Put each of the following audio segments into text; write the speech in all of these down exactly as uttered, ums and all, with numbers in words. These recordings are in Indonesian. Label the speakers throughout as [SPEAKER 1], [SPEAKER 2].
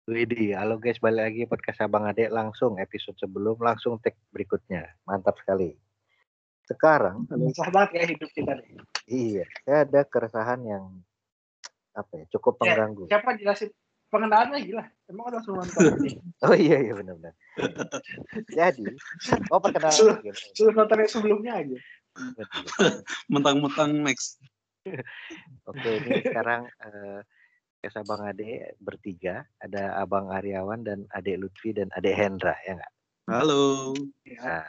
[SPEAKER 1] Widih, halo guys, balik lagi podcast Abang Ade langsung episode sebelum langsung take berikutnya. Mantap sekali. Sekarang,
[SPEAKER 2] Susah banget ya hidup kita nih.
[SPEAKER 1] iya, saya ada keresahan yang apa ya, cukup
[SPEAKER 2] Ya,
[SPEAKER 1] pengganggu.
[SPEAKER 2] siapa jelasin pengenalannya gila. Emang kan langsung nonton ini.
[SPEAKER 1] Oh iya iya benar-benar. Jadi, oh perkenalan
[SPEAKER 2] Suruh,
[SPEAKER 1] gitu.
[SPEAKER 2] suruh nonton yang sebelumnya aja.
[SPEAKER 3] Mentang-mentang next.
[SPEAKER 1] Oke, ini sekarang eh, podcast Abang Ade bertiga, ada Abang Aryawan dan Adek Lutfi dan Adek Hendra, ya nggak?
[SPEAKER 3] Halo.
[SPEAKER 1] Nah,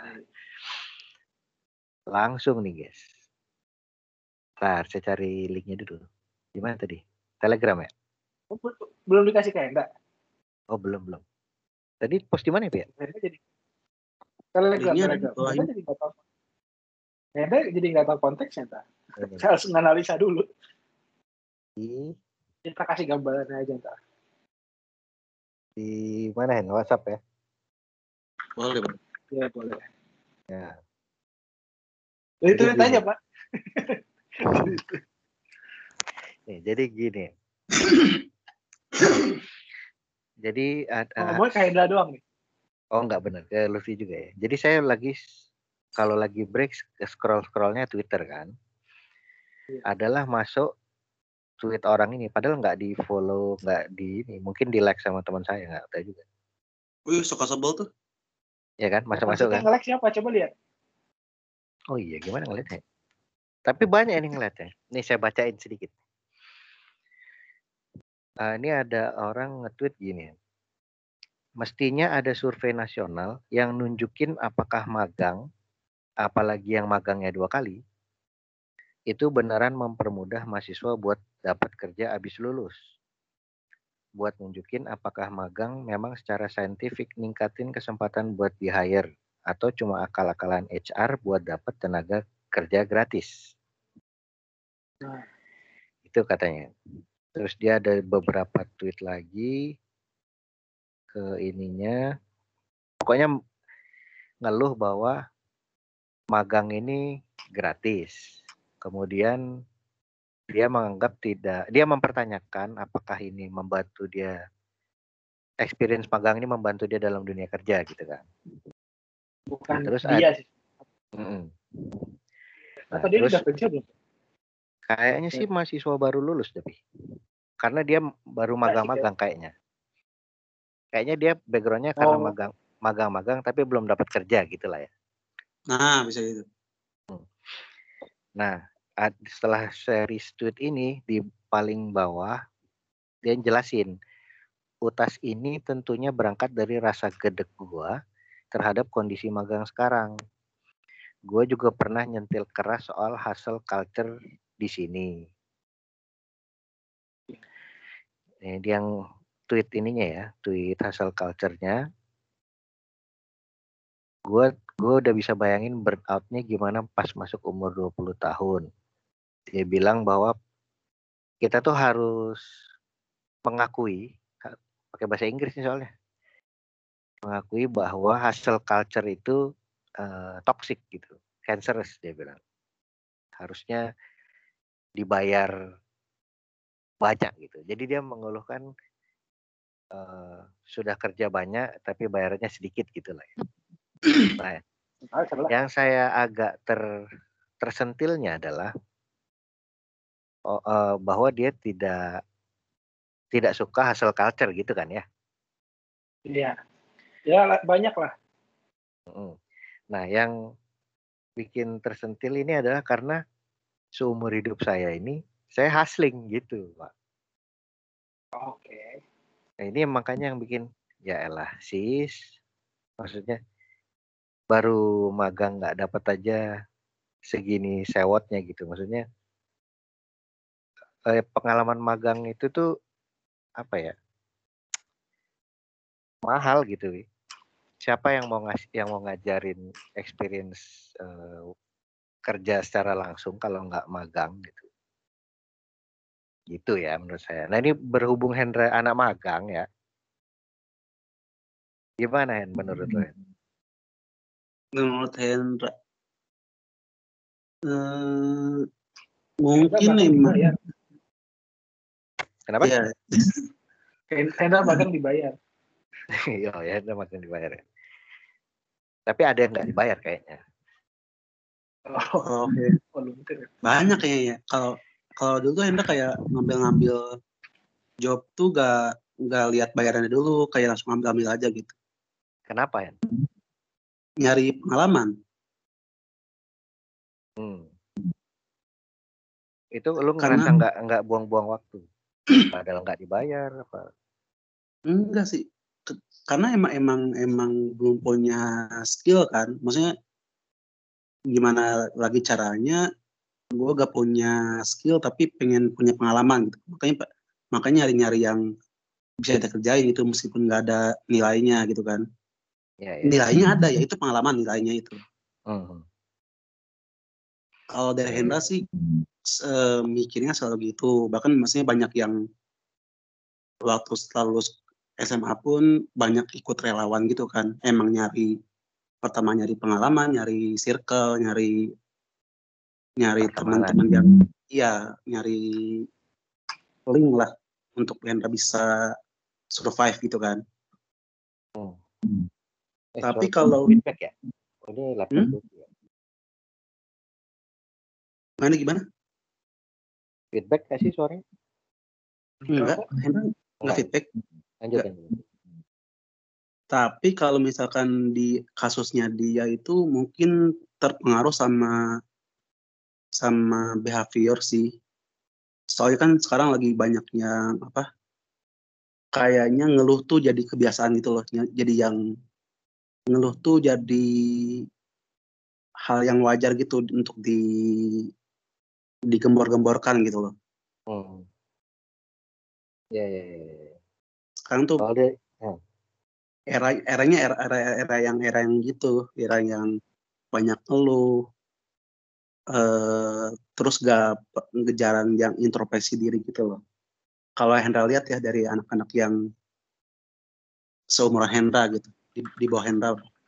[SPEAKER 1] langsung nih guys. Ntar saya cari linknya dulu. Gimana tadi? Telegram ya?
[SPEAKER 2] Oh, belum dikasih ke Enda.
[SPEAKER 1] Oh belum belum. Tadi post di mana ya?
[SPEAKER 2] Enda jadi Telegram,
[SPEAKER 3] Linknya
[SPEAKER 2] Telegram.
[SPEAKER 3] ada di
[SPEAKER 2] Enda jadi nggak tahu. Enda jadi nggak tahu konteksnya, tak?
[SPEAKER 1] Ini.
[SPEAKER 2] Saya harus menganalisa dulu.
[SPEAKER 1] Di
[SPEAKER 2] Kita kasih gambarannya aja, tak?
[SPEAKER 1] di mana ya? WhatsApp ya?
[SPEAKER 3] Boleh, Pak.
[SPEAKER 2] Ya boleh.
[SPEAKER 1] Ya.
[SPEAKER 2] Jadi tulis aja, Pak.
[SPEAKER 1] Nih, jadi gini. Jadi ada.
[SPEAKER 2] Oh, ngomongnya kayak Enda doang nih.
[SPEAKER 1] Oh enggak benar, ke Luffy juga ya. Jadi saya lagi kalau lagi break scroll scrollnya Twitter kan,
[SPEAKER 2] Iya.
[SPEAKER 1] adalah masuk tweet orang ini. Padahal nggak di follow, nggak di ini, mungkin di like sama teman saya nggak tahu juga.
[SPEAKER 3] Wih, suka sebel tuh.
[SPEAKER 1] Ya kan, masuk-masuk kan.
[SPEAKER 2] Nge-like siapa? Coba lihat.
[SPEAKER 1] Oh iya, gimana ngeliatnya? Tapi banyak yang ngeliatnya. Nih saya bacain sedikit. Uh, ini ada orang nge-tweet gini. Mestinya ada survei nasional yang nunjukin apakah magang, apalagi yang magangnya dua kali, itu beneran mempermudah mahasiswa buat dapat kerja abis lulus. Buat nunjukin apakah magang memang secara saintifik ningkatin kesempatan buat di hire atau cuma akal-akalan H R buat dapat tenaga kerja gratis.
[SPEAKER 2] Nah.
[SPEAKER 1] Itu katanya. Terus dia ada beberapa tweet lagi ke ininya. Pokoknya ngeluh bahwa magang ini gratis. Kemudian dia menganggap tidak, dia mempertanyakan apakah ini membantu dia, experience magang ini membantu dia dalam dunia kerja gitu kan.
[SPEAKER 2] Bukan
[SPEAKER 1] terus
[SPEAKER 2] dia
[SPEAKER 1] ad,
[SPEAKER 2] sih.
[SPEAKER 1] Mm-mm.
[SPEAKER 2] Nah,
[SPEAKER 1] Nah,
[SPEAKER 2] dia
[SPEAKER 1] terus
[SPEAKER 2] udah kerja belum?
[SPEAKER 1] kayaknya sih mahasiswa baru lulus tapi karena dia baru magang-magang kayaknya. Kayaknya dia backgroundnya karena
[SPEAKER 2] Oh.
[SPEAKER 1] magang, magang-magang tapi belum dapat kerja gitulah ya.
[SPEAKER 3] Nah, bisa gitu.
[SPEAKER 1] Nah, setelah series tweet ini di paling bawah dia jelasin, utas ini tentunya berangkat dari rasa gedek gua terhadap kondisi magang sekarang. Gue juga pernah nyentil keras soal hustle culture di sini. Ini yang tweet ininya ya, tweet hustle culture-nya. Gue gue udah bisa bayangin burnout-nya gimana pas masuk umur dua puluh tahun. Dia bilang bahwa kita tuh harus mengakui, pakai bahasa Inggris nih soalnya, mengakui bahwa hustle culture itu uh, toxic gitu, cancerous dia bilang. Harusnya dibayar banyak gitu. Jadi dia mengeluhkan uh, sudah kerja banyak tapi bayarnya sedikit gitu lah ya. Nah, yang saya agak ter tersentilnya adalah oh, uh, bahwa dia tidak tidak suka hustle culture gitu kan ya.
[SPEAKER 2] Iya. Ya banyak lah.
[SPEAKER 1] Nah, yang bikin tersentil ini adalah karena seumur hidup saya ini saya hustling gitu, Pak.
[SPEAKER 2] Oke. Okay.
[SPEAKER 1] Nah, ini makanya yang bikin ya elah sis, maksudnya baru magang nggak dapat aja segini sewotnya gitu, maksudnya eh, pengalaman magang itu tuh apa ya, mahal gitu, Wi. Siapa yang mau ngasih, yang mau ngajarin experience uh, kerja secara langsung kalau nggak magang gitu. Gitu ya menurut saya. Nah ini berhubung Hendra anak magang ya. Gimana Hen menurut lo?
[SPEAKER 3] Menurut Hendra. Uh, mungkin emang.
[SPEAKER 1] Ya. Kenapa?
[SPEAKER 3] Ya.
[SPEAKER 2] Hendra magang dibayar.
[SPEAKER 1] Iya, ya Hendra magang dibayar ya. Tapi ada yang nggak dibayar kayaknya.
[SPEAKER 2] Oh,
[SPEAKER 3] Oke.
[SPEAKER 2] volunteer.
[SPEAKER 3] Banyak kayaknya ya. Kalau kalau dulu tuh Hendra kayak ngambil-ngambil job tuh gak nggak lihat bayarannya dulu, kayak langsung ambil-ambil aja gitu.
[SPEAKER 1] Kenapa ya?
[SPEAKER 3] Nyari pengalaman.
[SPEAKER 1] Hmm. Itu lu
[SPEAKER 3] Karena
[SPEAKER 1] ngerasa nggak nggak buang-buang waktu? Padahal nggak dibayar apa?
[SPEAKER 3] enggak sih. Ke- Karena emang emang emang belum punya skill kan. Maksudnya gimana lagi caranya gue gak punya skill tapi pengen punya pengalaman gitu. Makanya makanya nyari-nyari yang bisa kita kerjain gitu meskipun nggak ada nilainya gitu kan.
[SPEAKER 1] Ya, ya.
[SPEAKER 3] Nilainya ada ya itu pengalaman nilainya itu.
[SPEAKER 1] Hmm.
[SPEAKER 3] Kalau dari
[SPEAKER 1] Ya,
[SPEAKER 3] Hendra
[SPEAKER 1] ya.
[SPEAKER 3] sih eh, mikirnya selalu gitu. Bahkan maksudnya banyak yang waktu setelah lulus S M A pun banyak ikut relawan gitu kan. Emang nyari pertama nyari pengalaman, nyari circle, nyari nyari
[SPEAKER 1] Pertemanan.
[SPEAKER 3] teman-teman yang iya nyari link lah untuk Hendra bisa survive gitu kan.
[SPEAKER 1] Hmm. Eh,
[SPEAKER 3] Tapi
[SPEAKER 1] sorry,
[SPEAKER 3] kalau
[SPEAKER 1] feedback ya? Oh, ini laptop
[SPEAKER 3] hmm?
[SPEAKER 1] dulu ya.
[SPEAKER 3] Mana gimana?
[SPEAKER 1] Feedback nggak sih suaranya?
[SPEAKER 3] Enggak, Hendra enggak
[SPEAKER 1] Enggak.
[SPEAKER 3] feedback.
[SPEAKER 1] Lanjut,
[SPEAKER 3] Enggak.
[SPEAKER 1] lanjut.
[SPEAKER 3] Tapi kalau misalkan di kasusnya dia itu mungkin terpengaruh sama sama behavior sih. Soalnya kan sekarang lagi banyak yang apa? Kayaknya ngeluh tuh jadi kebiasaan gitu loh. Jadi yang ngeluh tuh jadi hal yang wajar gitu untuk di digembor-gemborkan gitu loh.
[SPEAKER 1] Hmm. Ya, ya, ya, ya.
[SPEAKER 3] Sekarang tuh
[SPEAKER 1] Kalau dia, hmm.
[SPEAKER 3] era eranya era, era era yang era yang gitu, era yang banyak ngeluh, eh, terus gak ngejalan yang introspeksi diri gitu loh. Kalau Hendra lihat ya dari anak-anak yang seumuran Hendra gitu, di, di bawah Hendra.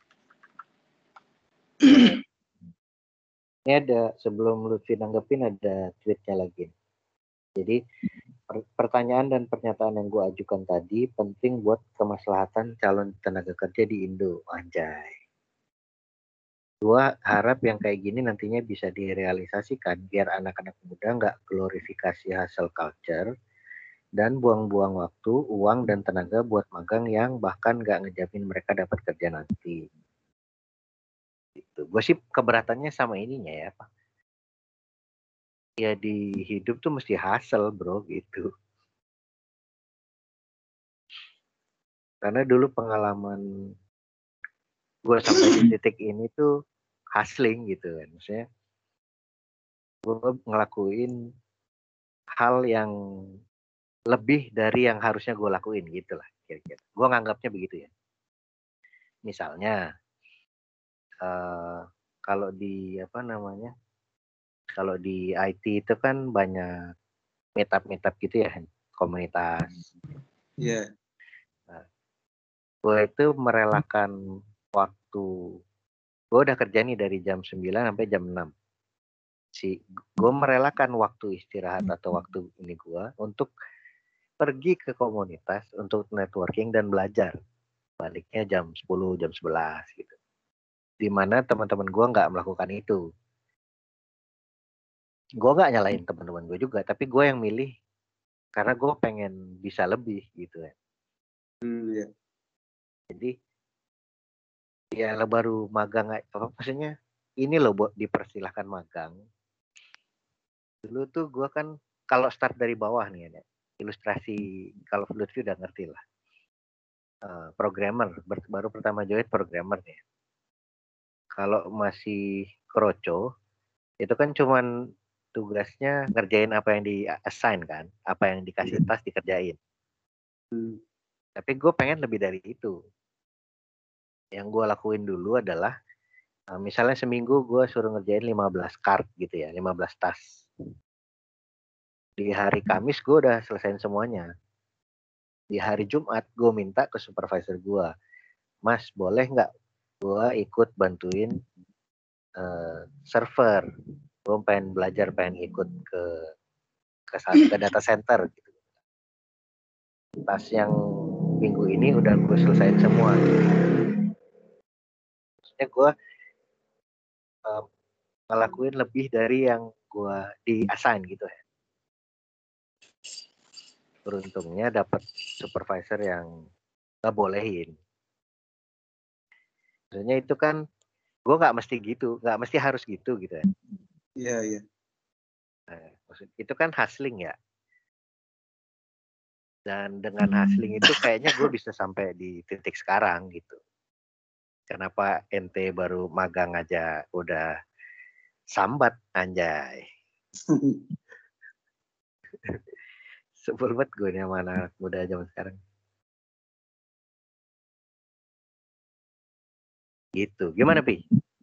[SPEAKER 1] Ini ada sebelum Lutfi nanggepin ada tweetnya lagi. Jadi per- pertanyaan dan pernyataan yang gue ajukan tadi penting buat kemaslahatan calon tenaga kerja di Indo. Anjay. Gua harap yang kayak gini nantinya bisa direalisasikan biar anak-anak muda nggak glorifikasi hustle culture dan buang-buang waktu, uang, dan tenaga buat magang yang bahkan nggak ngejamin mereka dapat kerja nanti. Gitu. Gue sih keberatannya sama ininya ya, Pak. Ya di hidup tuh mesti hustle, bro, gitu. Karena dulu pengalaman gue sampai di titik ini tuh hustling gitu kan. Maksudnya gue ngelakuin hal yang lebih dari yang harusnya gue lakuin gitu lah kira-kira. Gue nganggapnya begitu ya. Misalnya uh, kalau di apa namanya, kalau di I T itu kan banyak meetup-meetup gitu ya, komunitas.
[SPEAKER 3] Iya. Yeah.
[SPEAKER 1] Nah, gue itu merelakan waktu. Gue udah kerja nih dari jam sembilan sampai jam enam. Si, gue merelakan waktu istirahat atau waktu ini gue untuk pergi ke komunitas untuk networking dan belajar. Baliknya jam sepuluh, jam sebelas gitu. Di mana teman-teman gue nggak melakukan itu. Gue nggak nyalain teman-teman gue juga, tapi gue yang milih karena gue pengen bisa lebih gitu ya.
[SPEAKER 3] Hmm, yeah.
[SPEAKER 1] Jadi ya lo baru magang apa maksudnya ini loh buat dipersilahkan magang. Dulu tuh gue kan kalau start dari bawah nih ya, ilustrasi kalau Lutfi udah ngerti lah. Uh, programmer baru pertama join programmer nih. Kalau masih kroco itu kan cuman tugasnya ngerjain apa yang di assign kan, apa yang dikasih tas dikerjain.
[SPEAKER 3] Hmm.
[SPEAKER 1] Tapi gue pengen lebih dari itu. Yang gue lakuin dulu adalah uh, misalnya seminggu gue suruh ngerjain lima belas card gitu ya, lima belas tas. Di hari Kamis gue udah selesaiin semuanya. Di hari Jumat gue minta ke supervisor gue, Mas boleh nggak gue ikut bantuin uh, server? Gue pengen belajar, pengen ikut ke ke, ke data center gitu. tas yang minggu ini udah gue selesain semua. Maksudnya gue uh, ngelakuin lebih dari yang gue di-assign gitu ya. Beruntungnya dapat supervisor yang gak bolehin. Maksudnya itu kan gue nggak mesti gitu, nggak mesti harus gitu gitu ya.
[SPEAKER 3] Iya, iya.
[SPEAKER 1] Nah, maksud itu kan hustling ya. Dan dengan hustling itu kayaknya gue bisa sampai di titik sekarang gitu. Kenapa ente baru magang aja udah sambat anjay. Sebel banget gue nih sama anak muda zaman sekarang. Gitu. Gimana, Pi?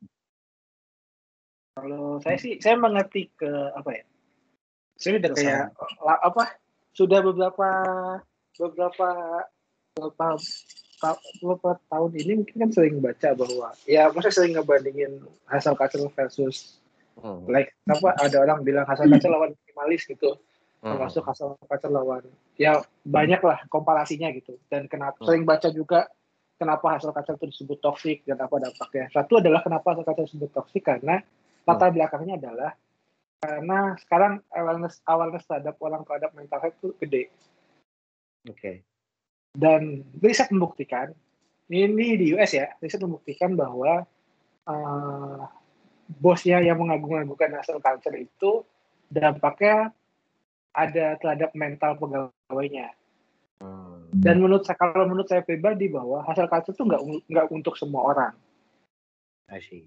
[SPEAKER 2] Kalau saya sih, saya mengerti ke apa ya? Saya udah
[SPEAKER 3] Keresahan.
[SPEAKER 2] kayak la- apa? Sudah beberapa beberapa beberapa, ta- beberapa tahun ini mungkin kan sering baca bahwa ya, maksudnya sering ngebandingin hasil culture versus
[SPEAKER 1] Hmm.
[SPEAKER 2] like apa? Ada orang bilang hasil culture lawan minimalis gitu,
[SPEAKER 1] Hmm.
[SPEAKER 2] termasuk hasil culture lawan ya banyak lah komparasinya gitu. Dan kenapa
[SPEAKER 1] Hmm.
[SPEAKER 2] sering baca juga kenapa hasil culture itu disebut toksik dan apa dampaknya. Satu adalah kenapa hasil culture disebut toksik karena latar belakangnya adalah karena sekarang awareness awareness terhadap orang terhadap mental health itu gede.
[SPEAKER 1] Oke. Okay.
[SPEAKER 2] Dan riset membuktikan, ini di U S ya, riset membuktikan bahwa uh, bosnya yang mengagung-agungkan hustle culture itu dampaknya ada terhadap mental pegawainya.
[SPEAKER 1] Hmm.
[SPEAKER 2] Dan menurut saya, kalau menurut saya pribadi bahwa hustle culture itu nggak nggak untuk semua orang.
[SPEAKER 1] I see.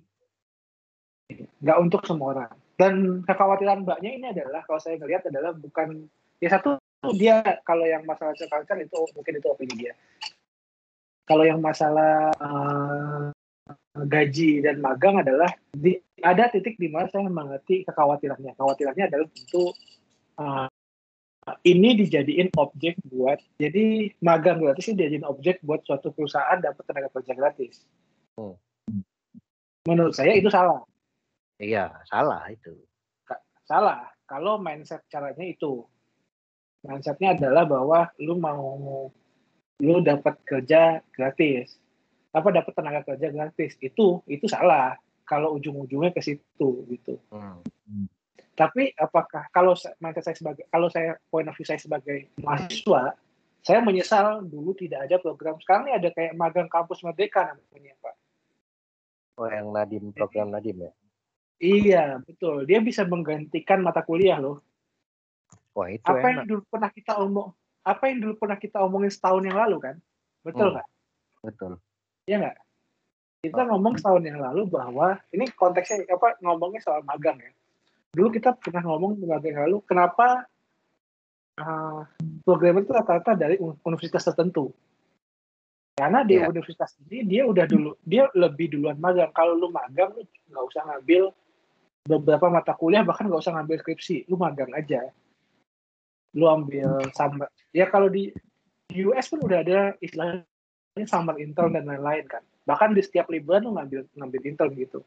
[SPEAKER 2] Nggak untuk semua orang. Dan kekhawatiran mbaknya ini adalah, kalau saya ngelihat adalah bukan, ya satu, dia kalau yang masalah culture itu mungkin itu opini dia. Kalau yang masalah uh, gaji dan magang adalah di, ada titik di mana saya mengerti kekhawatirannya. Kekhawatirannya adalah untuk uh, ini dijadiin objek buat, jadi magang gratis ini dijadiin objek buat suatu perusahaan dapat tenaga kerja gratis.
[SPEAKER 1] Hmm.
[SPEAKER 2] Menurut saya itu salah.
[SPEAKER 1] Iya, salah itu.
[SPEAKER 2] Salah kalau mindset caranya itu. Mindsetnya adalah bahwa lu mau lu dapat kerja gratis, apa dapat tenaga kerja gratis, itu itu salah kalau ujung-ujungnya ke situ gitu.
[SPEAKER 1] Hmm.
[SPEAKER 2] Tapi apakah kalau mindset saya sebagai, kalau saya point of view saya sebagai mahasiswa, saya menyesal dulu tidak ada program. Sekarang ini ada kayak magang kampus Merdeka namanya, Pak.
[SPEAKER 1] Oh, yang Nadim, program Nadim ya?
[SPEAKER 2] Iya, betul. Dia bisa menggantikan mata kuliah loh.
[SPEAKER 1] Wah, itu
[SPEAKER 2] apa
[SPEAKER 1] enak.
[SPEAKER 2] yang dulu pernah kita omong, apa yang dulu pernah kita omongin setahun yang lalu kan, betul nggak?
[SPEAKER 1] Hmm, betul.
[SPEAKER 2] Iya nggak? Kita oh. ngomong setahun yang lalu bahwa ini konteksnya apa? Ngomongnya soal magang ya. Dulu kita pernah ngomong magang yang lalu, kenapa uh, program itu rata-rata dari universitas tertentu? Karena di yeah. universitas ini dia udah dulu, dia lebih duluan magang. Kalau lu magang, lu nggak usah ngambil beberapa mata kuliah, bahkan nggak usah ngambil skripsi, lu magang aja. Lu ambil summer, ya kalau di, di U S pun udah ada istilahnya summer intern dan lain-lain kan. Bahkan di setiap liburan lu ngambil ngambil intern gitu.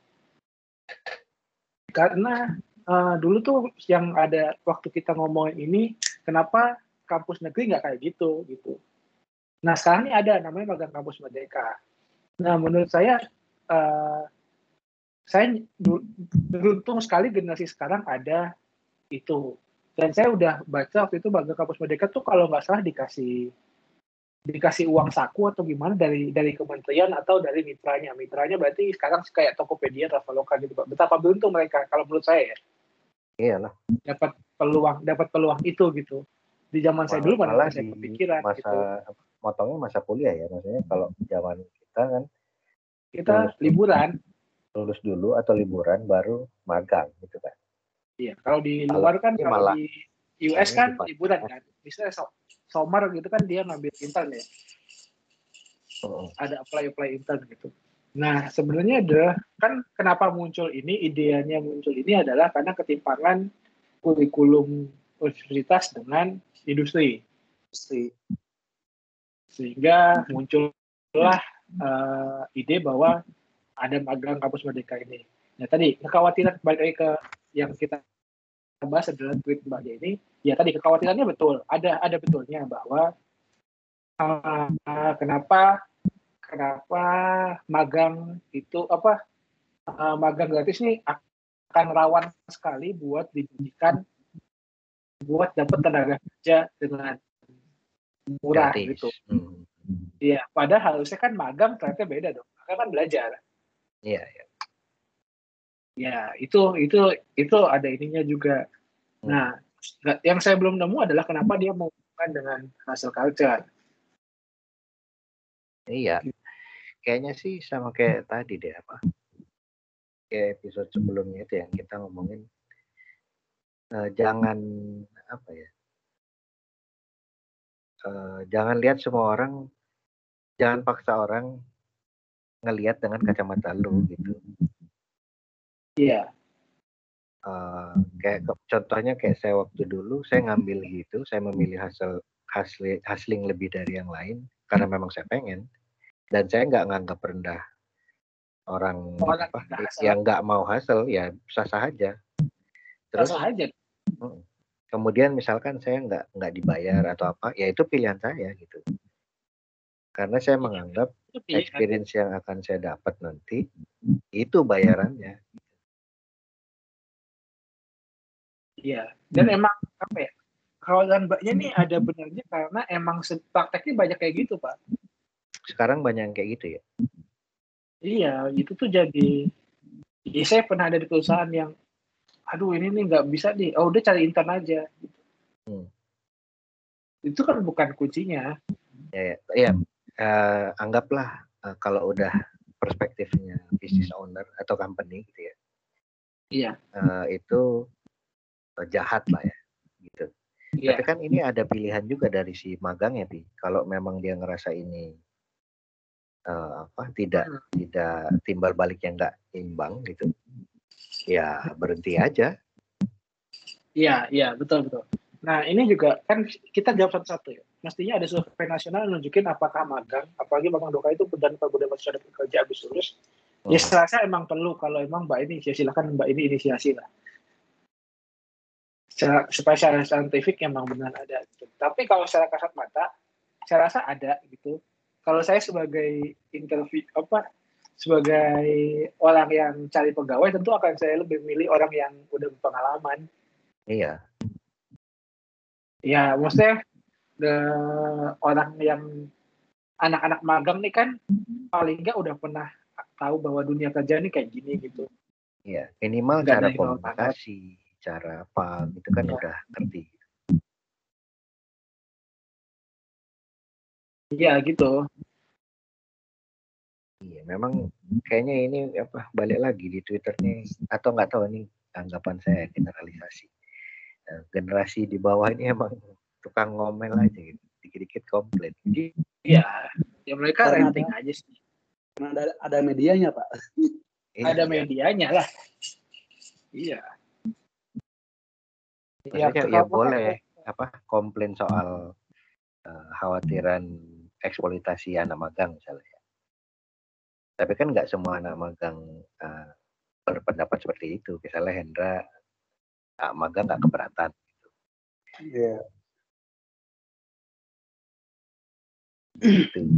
[SPEAKER 2] Karena uh, dulu tuh yang ada waktu kita ngomongin ini, kenapa kampus negeri nggak kayak gitu gitu. Nah sekarang ini ada namanya magang kampus Merdeka. Nah menurut saya, uh, saya beruntung sekali generasi sekarang ada itu. Dan saya udah baca waktu itu magang kampus Merdeka tuh kalau nggak salah dikasih dikasih uang saku atau gimana dari dari kementerian atau dari mitranya. Mitranya berarti sekarang kayak Tokopedia, Traveloka gitu, Pak. Betapa beruntung mereka kalau menurut saya ya.
[SPEAKER 1] Iyalah.
[SPEAKER 2] Dapat peluang, dapat peluang itu gitu. Di zaman Mal, saya dulu mana saya kepikiran
[SPEAKER 1] masa,
[SPEAKER 2] gitu.
[SPEAKER 1] Motongnya masa kuliah ya, maksudnya kalau zaman kita kan
[SPEAKER 2] kita lulus liburan.
[SPEAKER 1] Lulus dulu atau liburan baru magang gitu kan.
[SPEAKER 2] Iya, kalau di luar kan kalau malah, di U S kan liburan kan. Misalnya so, summer gitu kan dia ngambil intern ya. Oh. Ada apply-apply intern gitu. Nah, sebenarnya adalah kan kenapa muncul ini, idenya muncul ini adalah karena ketimpangan kurikulum universitas dengan industri. industri. Sehingga muncullah uh, ide bahwa ada magang kampus Merdeka ini. Nah, tadi kekhawatiran balik lagi ke yang kita bahas adalah tweet Mbaknya ini, ya tadi kekhawatirannya betul, ada ada betulnya bahwa uh, uh, kenapa kenapa magang itu apa uh, magang gratis ini akan rawan sekali buat dijadikan buat dapat tenaga kerja dengan murah
[SPEAKER 1] Gratis.
[SPEAKER 2] gitu.
[SPEAKER 1] Hmm.
[SPEAKER 2] Iya, padahal harusnya kan magang ternyata beda dong. Magang kan belajar.
[SPEAKER 1] Iya, iya.
[SPEAKER 2] Ya, itu itu itu ada ininya juga.
[SPEAKER 1] Hmm.
[SPEAKER 2] Nah, yang saya belum nemu adalah kenapa dia mau menghubungkan dengan hustle culture.
[SPEAKER 1] Iya. Kayaknya sih sama kayak tadi deh apa? Kayak episode sebelumnya itu yang kita ngomongin uh, jangan apa ya? Uh, jangan lihat semua orang, jangan paksa orang ngelihat dengan kacamata lu gitu.
[SPEAKER 2] Iya.
[SPEAKER 1] Uh, kayak contohnya kayak saya waktu dulu saya ngambil gitu, saya memilih hasil hasil hustling lebih dari yang lain karena memang saya pengen, dan saya nggak nganggap rendah orang,
[SPEAKER 2] Orang
[SPEAKER 1] apa
[SPEAKER 2] nggak
[SPEAKER 1] yang nggak mau hasil, ya sah-sah aja. Terus
[SPEAKER 2] sah aja.
[SPEAKER 1] hmm, kemudian misalkan saya nggak nggak dibayar atau apa, ya itu pilihan saya gitu. Karena saya menganggap experience yang akan saya dapat nanti itu bayarannya.
[SPEAKER 2] Iya. Dan emang apa ya? Kalau dan mbaknya nih ada benarnya karena emang prakteknya banyak kayak gitu, Pak.
[SPEAKER 1] Sekarang banyak yang kayak gitu ya.
[SPEAKER 2] Iya, itu tuh jadi. Ya, saya pernah ada di perusahaan yang, aduh ini nih nggak bisa nih. Oh udah cari intern aja.
[SPEAKER 1] Hmm.
[SPEAKER 2] Itu kan bukan kuncinya.
[SPEAKER 1] Ya, ya. ya. Uh, anggaplah uh, kalau udah perspektifnya business owner atau company gitu ya.
[SPEAKER 2] Iya.
[SPEAKER 1] Uh, itu uh, jahat lah ya, gitu.
[SPEAKER 2] Iya.
[SPEAKER 1] Tapi kan ini ada pilihan juga dari si magang ya, Pi. Kalau memang dia ngerasa ini uh, apa tidak hmm. tidak timbal baliknya nggak imbang gitu, ya berhenti aja.
[SPEAKER 2] Iya, iya betul betul. Nah ini juga kan kita jawab satu-satu ya. Mestinya ada survei nasional nunjukin apakah magang, apalagi magang Doka itu dan pemuda mahasiswa kerja habis lulus. Hmm. Ya saya rasa emang perlu, kalau emang Mbak ini ya silakan Mbak ini inisiasi lah. Secara, supaya secara saintifik emang benar ada. Gitu. Tapi kalau secara kasat mata, saya rasa ada gitu. Kalau saya sebagai interview apa sebagai orang yang cari pegawai, tentu akan saya lebih milih orang yang udah berpengalaman.
[SPEAKER 1] Iya.
[SPEAKER 2] Ya, maksudnya the, orang yang anak-anak magang nih kan paling nggak udah pernah tahu bahwa dunia kerja ini kayak gini gitu.
[SPEAKER 1] Iya, minimal gak cara komunikasi, cara apa gitu kan ya. Udah ngerti.
[SPEAKER 2] Iya gitu.
[SPEAKER 1] Iya, memang kayaknya ini apa balik lagi di Twitternya, atau nggak tahu ini anggapan saya generalisasi. Nah, generasi di bawah ini emang tukang ngomel aja gitu, dikit-dikit komplain.
[SPEAKER 2] Iya, ya mereka ranting aja sih.
[SPEAKER 3] Karena ada, ada medianya, Pak.
[SPEAKER 2] Ada iya. medianya lah. Iya.
[SPEAKER 1] Maksudnya ya, ya boleh apa komplain soal uh, khawatiran eksploitasi anak magang misalnya. Tapi kan nggak semua anak magang uh, berpendapat seperti itu. Misalnya Hendra uh, magang nggak keberatan.
[SPEAKER 3] Iya.
[SPEAKER 1] Gitu.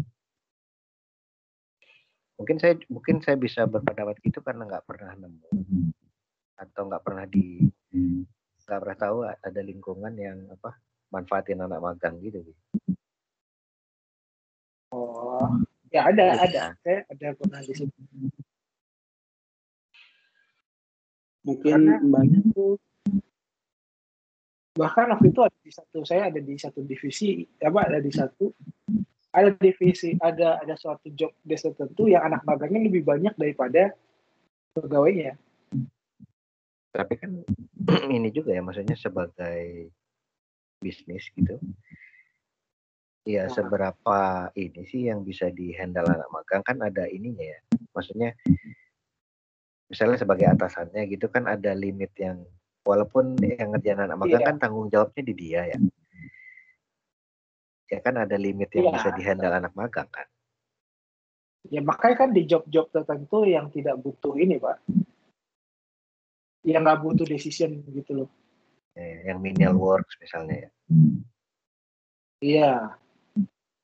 [SPEAKER 1] Mungkin saya mungkin saya bisa berpendapat gitu karena nggak pernah nemu atau nggak pernah di nggak pernah tahu ada lingkungan yang apa manfaatin anak magang gitu.
[SPEAKER 2] Oh, ya ada ya, ada saya ada pernah di situ.
[SPEAKER 3] Mungkin banyak tuh.
[SPEAKER 2] Bahkan waktu itu ada di satu saya ada di satu divisi apa ada di satu ada divisi ada ada suatu job desk tertentu yang anak magangnya lebih banyak daripada pegawainya.
[SPEAKER 1] Tapi kan ini juga ya maksudnya sebagai bisnis gitu. Ya nah. Seberapa ini sih yang bisa dihandle anak magang kan ada ininya ya. Maksudnya misalnya sebagai atasannya gitu kan ada limit yang walaupun yang ngerjain anak magang iya. Kan tanggung jawabnya di dia ya. Ya kan ada limit yang iya. Bisa dihandle anak magang kan.
[SPEAKER 2] Ya makanya kan di job-job tertentu yang tidak butuh ini Pak. Yang nggak butuh decision gitu loh.
[SPEAKER 1] Ya, yang menial works misalnya ya.
[SPEAKER 2] Iya.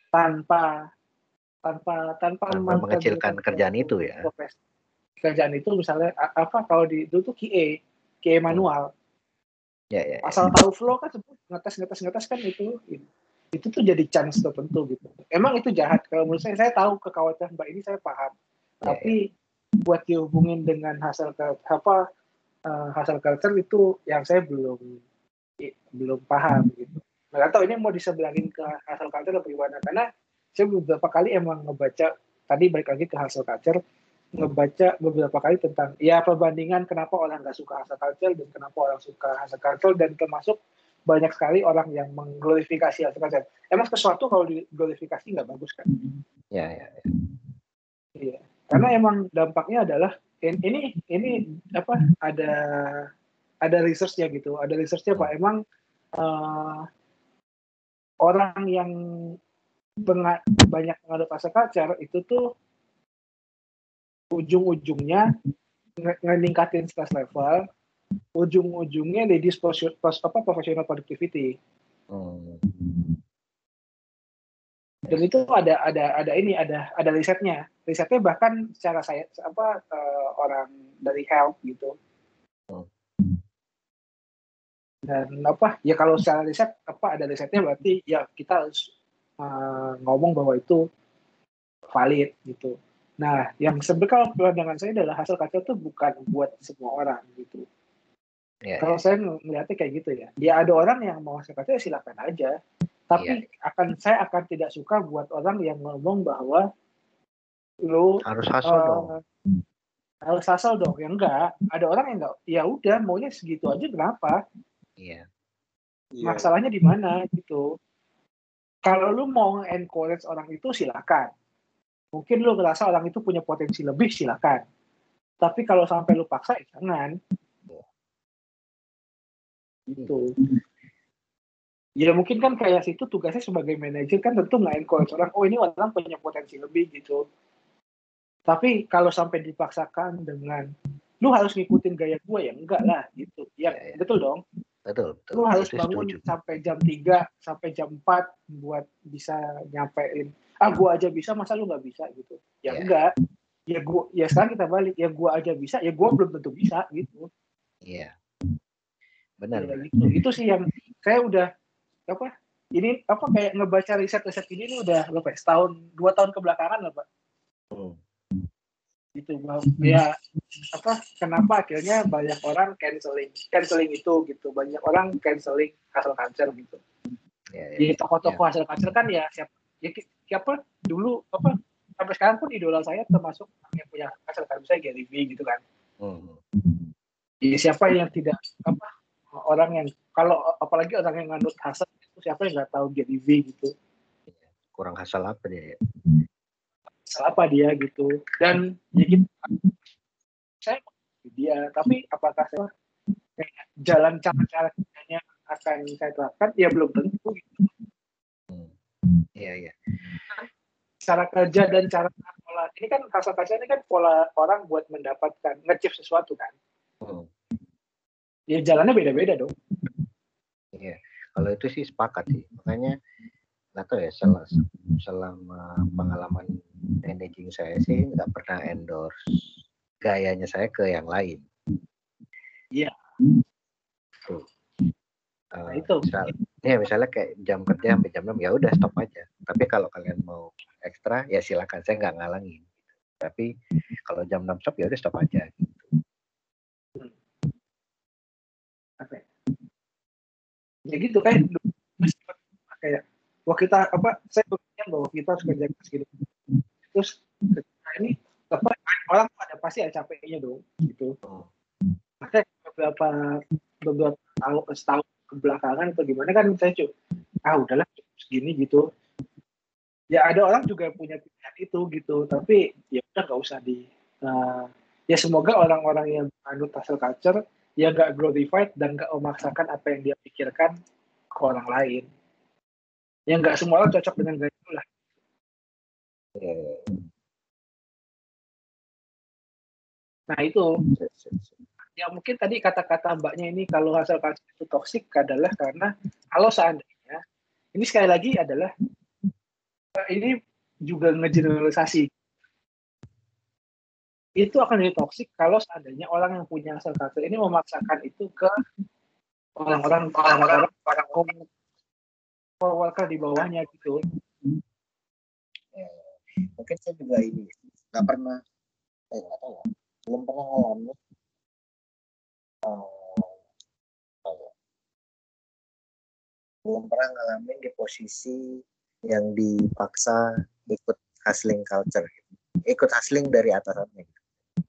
[SPEAKER 2] tanpa tanpa tanpa,
[SPEAKER 1] tanpa mengecilkan kerjaan itu ya.
[SPEAKER 2] Profesi. Kerjaan itu misalnya apa kalau di itu tuh Q A, Q A manual.
[SPEAKER 1] Hmm. Ya, ya, ya.
[SPEAKER 2] Asal tahu flow kan ngetes ngetes ngetes kan itu itu tuh jadi chance tertentu gitu. Emang itu jahat kalau menurut saya. Saya tahu kekhawatiran Mbak ini, saya paham.
[SPEAKER 1] Ya,
[SPEAKER 2] Tapi ya. Buat dihubungin dengan hasil apa uh, hasil culture itu yang saya belum belum paham gitu. Nggak tahu ini mau disebelangin ke hasil culture atau gimana, karena saya beberapa kali emang ngebaca, tadi balik lagi ke hasil culture, ngebaca beberapa kali tentang ya perbandingan kenapa orang nggak suka hasil culture dan kenapa orang suka hasil culture, dan termasuk banyak sekali orang yang mengglorifikasi hasil culture. Emang sesuatu kalau diglorifikasi nggak bagus kan?
[SPEAKER 1] Ya, ya, ya.
[SPEAKER 2] Iya. Karena emang dampaknya adalah ini ini apa ada ada research-nya gitu, ada research-nya Pak. Emang uh, orang yang benga, banyak mengadop hasil culture itu tuh ujung-ujungnya ngeningkatin stress level, ujung-ujungnya jadi apa professional productivity. Hmm. Dan itu ada ada ada ini ada ada risetnya, risetnya bahkan secara saya apa uh, orang dari health gitu. Hmm. Dan apa ya kalau secara riset apa ada risetnya berarti ya kita harus uh, ngomong bahwa itu valid gitu. Nah, yang sebenarnya pandangan saya adalah hasil culture itu bukan buat semua orang gitu. Ya, kalau ya. Saya melihatnya kayak gitu ya. Ya ada orang yang mau hasil culture ya silakan aja. Tapi ya. akan saya akan tidak suka buat orang yang ngomong bahwa lu
[SPEAKER 1] harus hasil uh, dong.
[SPEAKER 2] Harus hasil dong. Ya enggak. Ada orang yang enggak. Ya udah maunya segitu aja kenapa?
[SPEAKER 1] Iya.
[SPEAKER 2] Masalahnya di mana gitu. Kalau lu mau encourage orang itu silakan. Mungkin lu ngerasa orang itu punya potensi lebih, silakan. Tapi kalau sampai lu paksa, ya jangan. Gitu. Ya mungkin kan kayak situ tugasnya sebagai manajer kan tentu nggak encourage orang, oh ini orang punya potensi lebih gitu. Tapi kalau sampai dipaksakan dengan, lu harus ngikutin gaya gue, ya enggak lah gitu. Ya, ya, ya. Betul dong?
[SPEAKER 1] Betul, betul.
[SPEAKER 2] Lu harus bangun setuju. Sampai jam tiga, sampai jam empat buat bisa nyampein. Ah, gue aja bisa, masa lu nggak bisa gitu? Ya, ya enggak. Ya gue, ya sekarang kita balik. Ya gue aja bisa, ya gue belum tentu bisa gitu.
[SPEAKER 1] Iya. Benar.
[SPEAKER 2] Ya, gitu. Itu sih yang saya udah apa? Ini apa kayak ngebaca riset-riset ini, ini udah berapa? Setahun, dua tahun kebelakangan lah Pak. Hmm. Gitu bahwa ya apa? Kenapa akhirnya banyak orang canceling, canceling itu gitu. Banyak orang canceling hasil culture gitu. Ya, ya, Jadi tokoh-tokoh ya. Hasil culture kan ya siapa? Ya siapa dulu apa? Sampai sekarang pun idola saya termasuk yang punya hasil culture saya Gary Vee gitu kan. Hmm. Jadi siapa yang tidak apa? Orang yang kalau apalagi orang yang nganut hasil itu siapa yang nggak tahu Gary Vee gitu.
[SPEAKER 1] Kurang hasil apa dia ya?
[SPEAKER 2] Hasil apa dia gitu. Dan ya gitu, saya dia tapi apakah saya kayak jalan cara-cara kerjanya akan saya terapkan ya belum tentu gitu.
[SPEAKER 1] Iya iya.
[SPEAKER 2] Cara kerja dan cara pola ini kan hasil kerja ini kan pola orang buat mendapatkan nge-achieve sesuatu kan. Hmm. Ya jalannya beda-beda dong.
[SPEAKER 1] Iya, kalau itu sih sepakat sih. Makanya nggak tahu ya selama, selama pengalaman managing saya sih nggak pernah endorse gayanya saya ke yang lain.
[SPEAKER 2] Iya.
[SPEAKER 1] Tuh.
[SPEAKER 2] Nah,
[SPEAKER 1] uh,
[SPEAKER 2] itu.
[SPEAKER 1] Misal, ya misalnya kayak jam kerja sampai jam enam ya udah stop aja. Tapi kalau kalian mau ekstra ya silakan, saya nggak ngalangin. Tapi kalau jam enam stop ya udah stop aja. Gitu.
[SPEAKER 2] Hmm. Oke. Ya gitu kayak kayak wah kita apa saya berpikir bahwa kita harus kerja gitu. Terus nah ini apa orang pada pasti ada capeknya dong gitu. Makanya beberapa beberapa tahun setahun kebelakangan atau gimana kan saya coba ah udahlah segini gitu. Ya ada orang juga punya pilihan itu gitu, tapi ya udah nggak usah di uh, ya semoga orang-orang yang anut hasil culture ya nggak glorified dan nggak memaksakan apa yang dia pikirkan ke orang lain. Ya nggak semua orang cocok dengan gaya itu lah. Nah itu ya mungkin tadi kata-kata mbaknya ini kalau hasil culture itu toksik adalah karena kalau seandainya ini sekali lagi adalah ini juga ngegeneralisasi. Itu akan jadi toksik kalau seandainya orang yang punya hustle culture ini memaksakan itu ke orang-orang orang-orang coworker di bawahnya gitu.
[SPEAKER 1] Ya, mungkin saya juga ini nggak pernah, eh nggak tahu ya, belum pernah ngalamin uh, belum pernah ngalamin di posisi yang dipaksa ikut hustling culture, gitu. Ikut hustling dari atasannya. Gitu.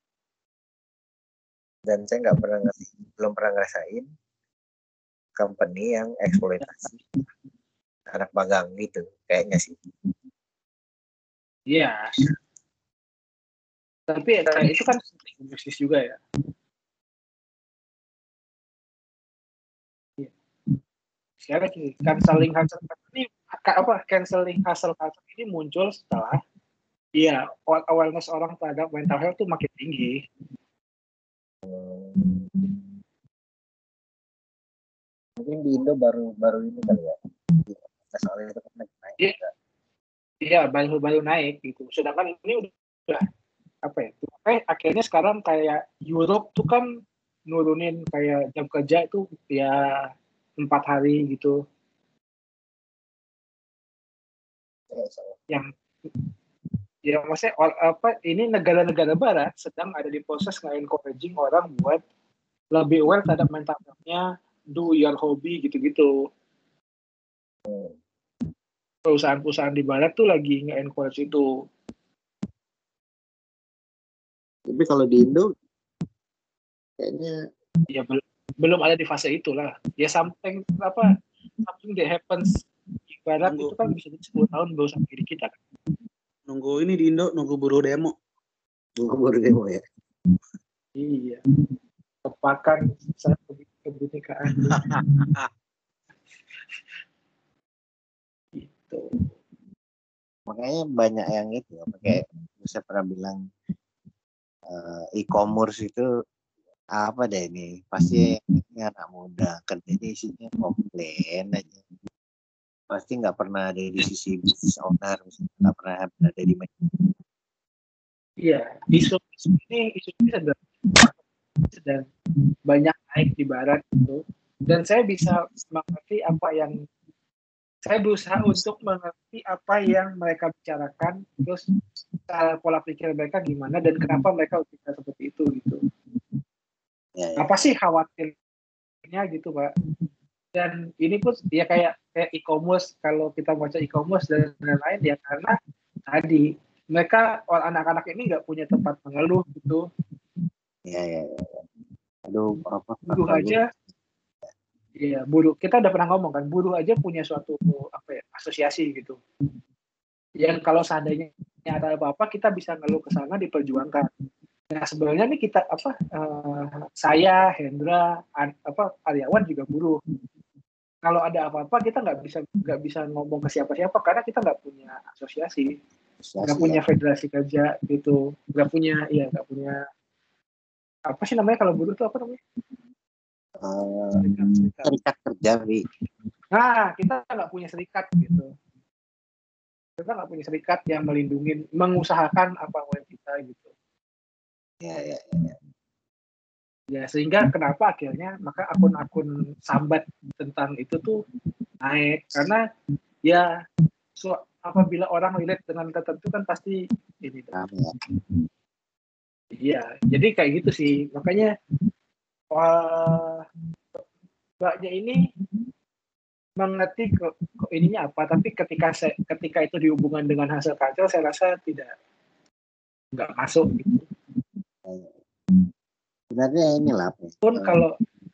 [SPEAKER 1] Dan saya nggak pernah ngerti, belum pernah ngerasain company yang eksploitasi anak magang gitu, kayaknya sih.
[SPEAKER 2] Iya. Tapi kayak itu kan bisnis juga ya. Sekarang gini, canceling hustle ini apa? Canceling hustle culture ini muncul setelah iya awareness orang terhadap mental health tuh makin tinggi.
[SPEAKER 1] Mungkin di Indo baru baru ini kali ya. Soalnya itu kan naik.
[SPEAKER 2] Iya, iya baru baru naik gitu. Sedangkan ini udah apa ya? Eh akhirnya sekarang kayak Europe tuh kan nurunin kayak jam kerja itu ya empat hari gitu. Yang ya maksudnya apa ini negara-negara barat sedang ada di proses nge-encouraging orang buat lebih aware terhadap mental health-nya, do your hobby gitu-gitu. Perusahaan-perusahaan di barat tuh lagi nge-encourage itu.
[SPEAKER 1] Tapi kalau di Indo kayaknya
[SPEAKER 2] ya bel- belum ada di fase itulah. Ya something apa something that happens di barat
[SPEAKER 3] Nunggu.
[SPEAKER 2] itu kan bisa jadi sepuluh tahun baru sampai di kita.
[SPEAKER 3] Nunggu ini di Indo, nunggu buruh demo.
[SPEAKER 1] nunggu baru demo ya.
[SPEAKER 2] Iya. Tepakan saat kebinekaan. Gitu.
[SPEAKER 1] Makanya banyak yang itu, kayak saya pernah bilang uh, e-commerce itu apa deh ini, pasti ini anak muda kerjanya isinya komplain aja, pasti nggak pernah ada di sisi business owner, nggak pernah ada di manajemen.
[SPEAKER 2] Iya, isu ini isu ini sedang, sedang banyak naik di barat gitu. Dan saya bisa mengerti apa yang saya berusaha untuk mengerti apa yang mereka bicarakan, terus cara pola pikir mereka gimana dan kenapa mereka berpikir seperti itu gitu.
[SPEAKER 1] Ya, ya.
[SPEAKER 2] Apa sih khawatirnya gitu, Pak? Dan ini pun ya kayak kayak e-commerce, kalau kita baca e-commerce dan lain-lain ya karena tadi mereka anak-anak ini nggak punya tempat mengeluh gitu.
[SPEAKER 1] Ya, ya, ya. Aduh, apa
[SPEAKER 2] Buruh aja. Iya, buruh. Kita udah pernah ngomong kan, buruh aja punya suatu apa ya, asosiasi gitu. Yang kalau seandainya ada apa-apa kita bisa ngeluh ke sana, diperjuangkan. Nah, sebenarnya nih kita apa uh, saya, Hendra, an, apa karyawan juga buruh. Kalau ada apa-apa kita nggak bisa nggak bisa ngomong ke siapa-siapa karena kita nggak punya asosiasi, nggak punya ya. Federasi kerja gitu, nggak punya ya nggak punya apa sih namanya kalau buruh tuh apa namanya?
[SPEAKER 1] Uh, serikat, serikat. serikat kerja, Bi.
[SPEAKER 2] Nah, kita nggak punya serikat gitu. Kita nggak punya serikat yang melindungi, mengusahakan apa yang kita gitu.
[SPEAKER 1] Ya, ya, ya.
[SPEAKER 2] Ya sehingga kenapa akhirnya maka akun-akun sambat tentang itu tuh naik karena ya so, apabila orang relate dengan tertentu kan pasti ini tuh. Iya, jadi kayak gitu sih. Makanya wah, mbaknya ini mengerti ke, ke ininya apa, tapi ketika saya, ketika itu dihubungkan dengan hasil culture, saya rasa tidak nggak masuk gitu.
[SPEAKER 1] Sebenarnya ini lah.
[SPEAKER 2] Pun kalau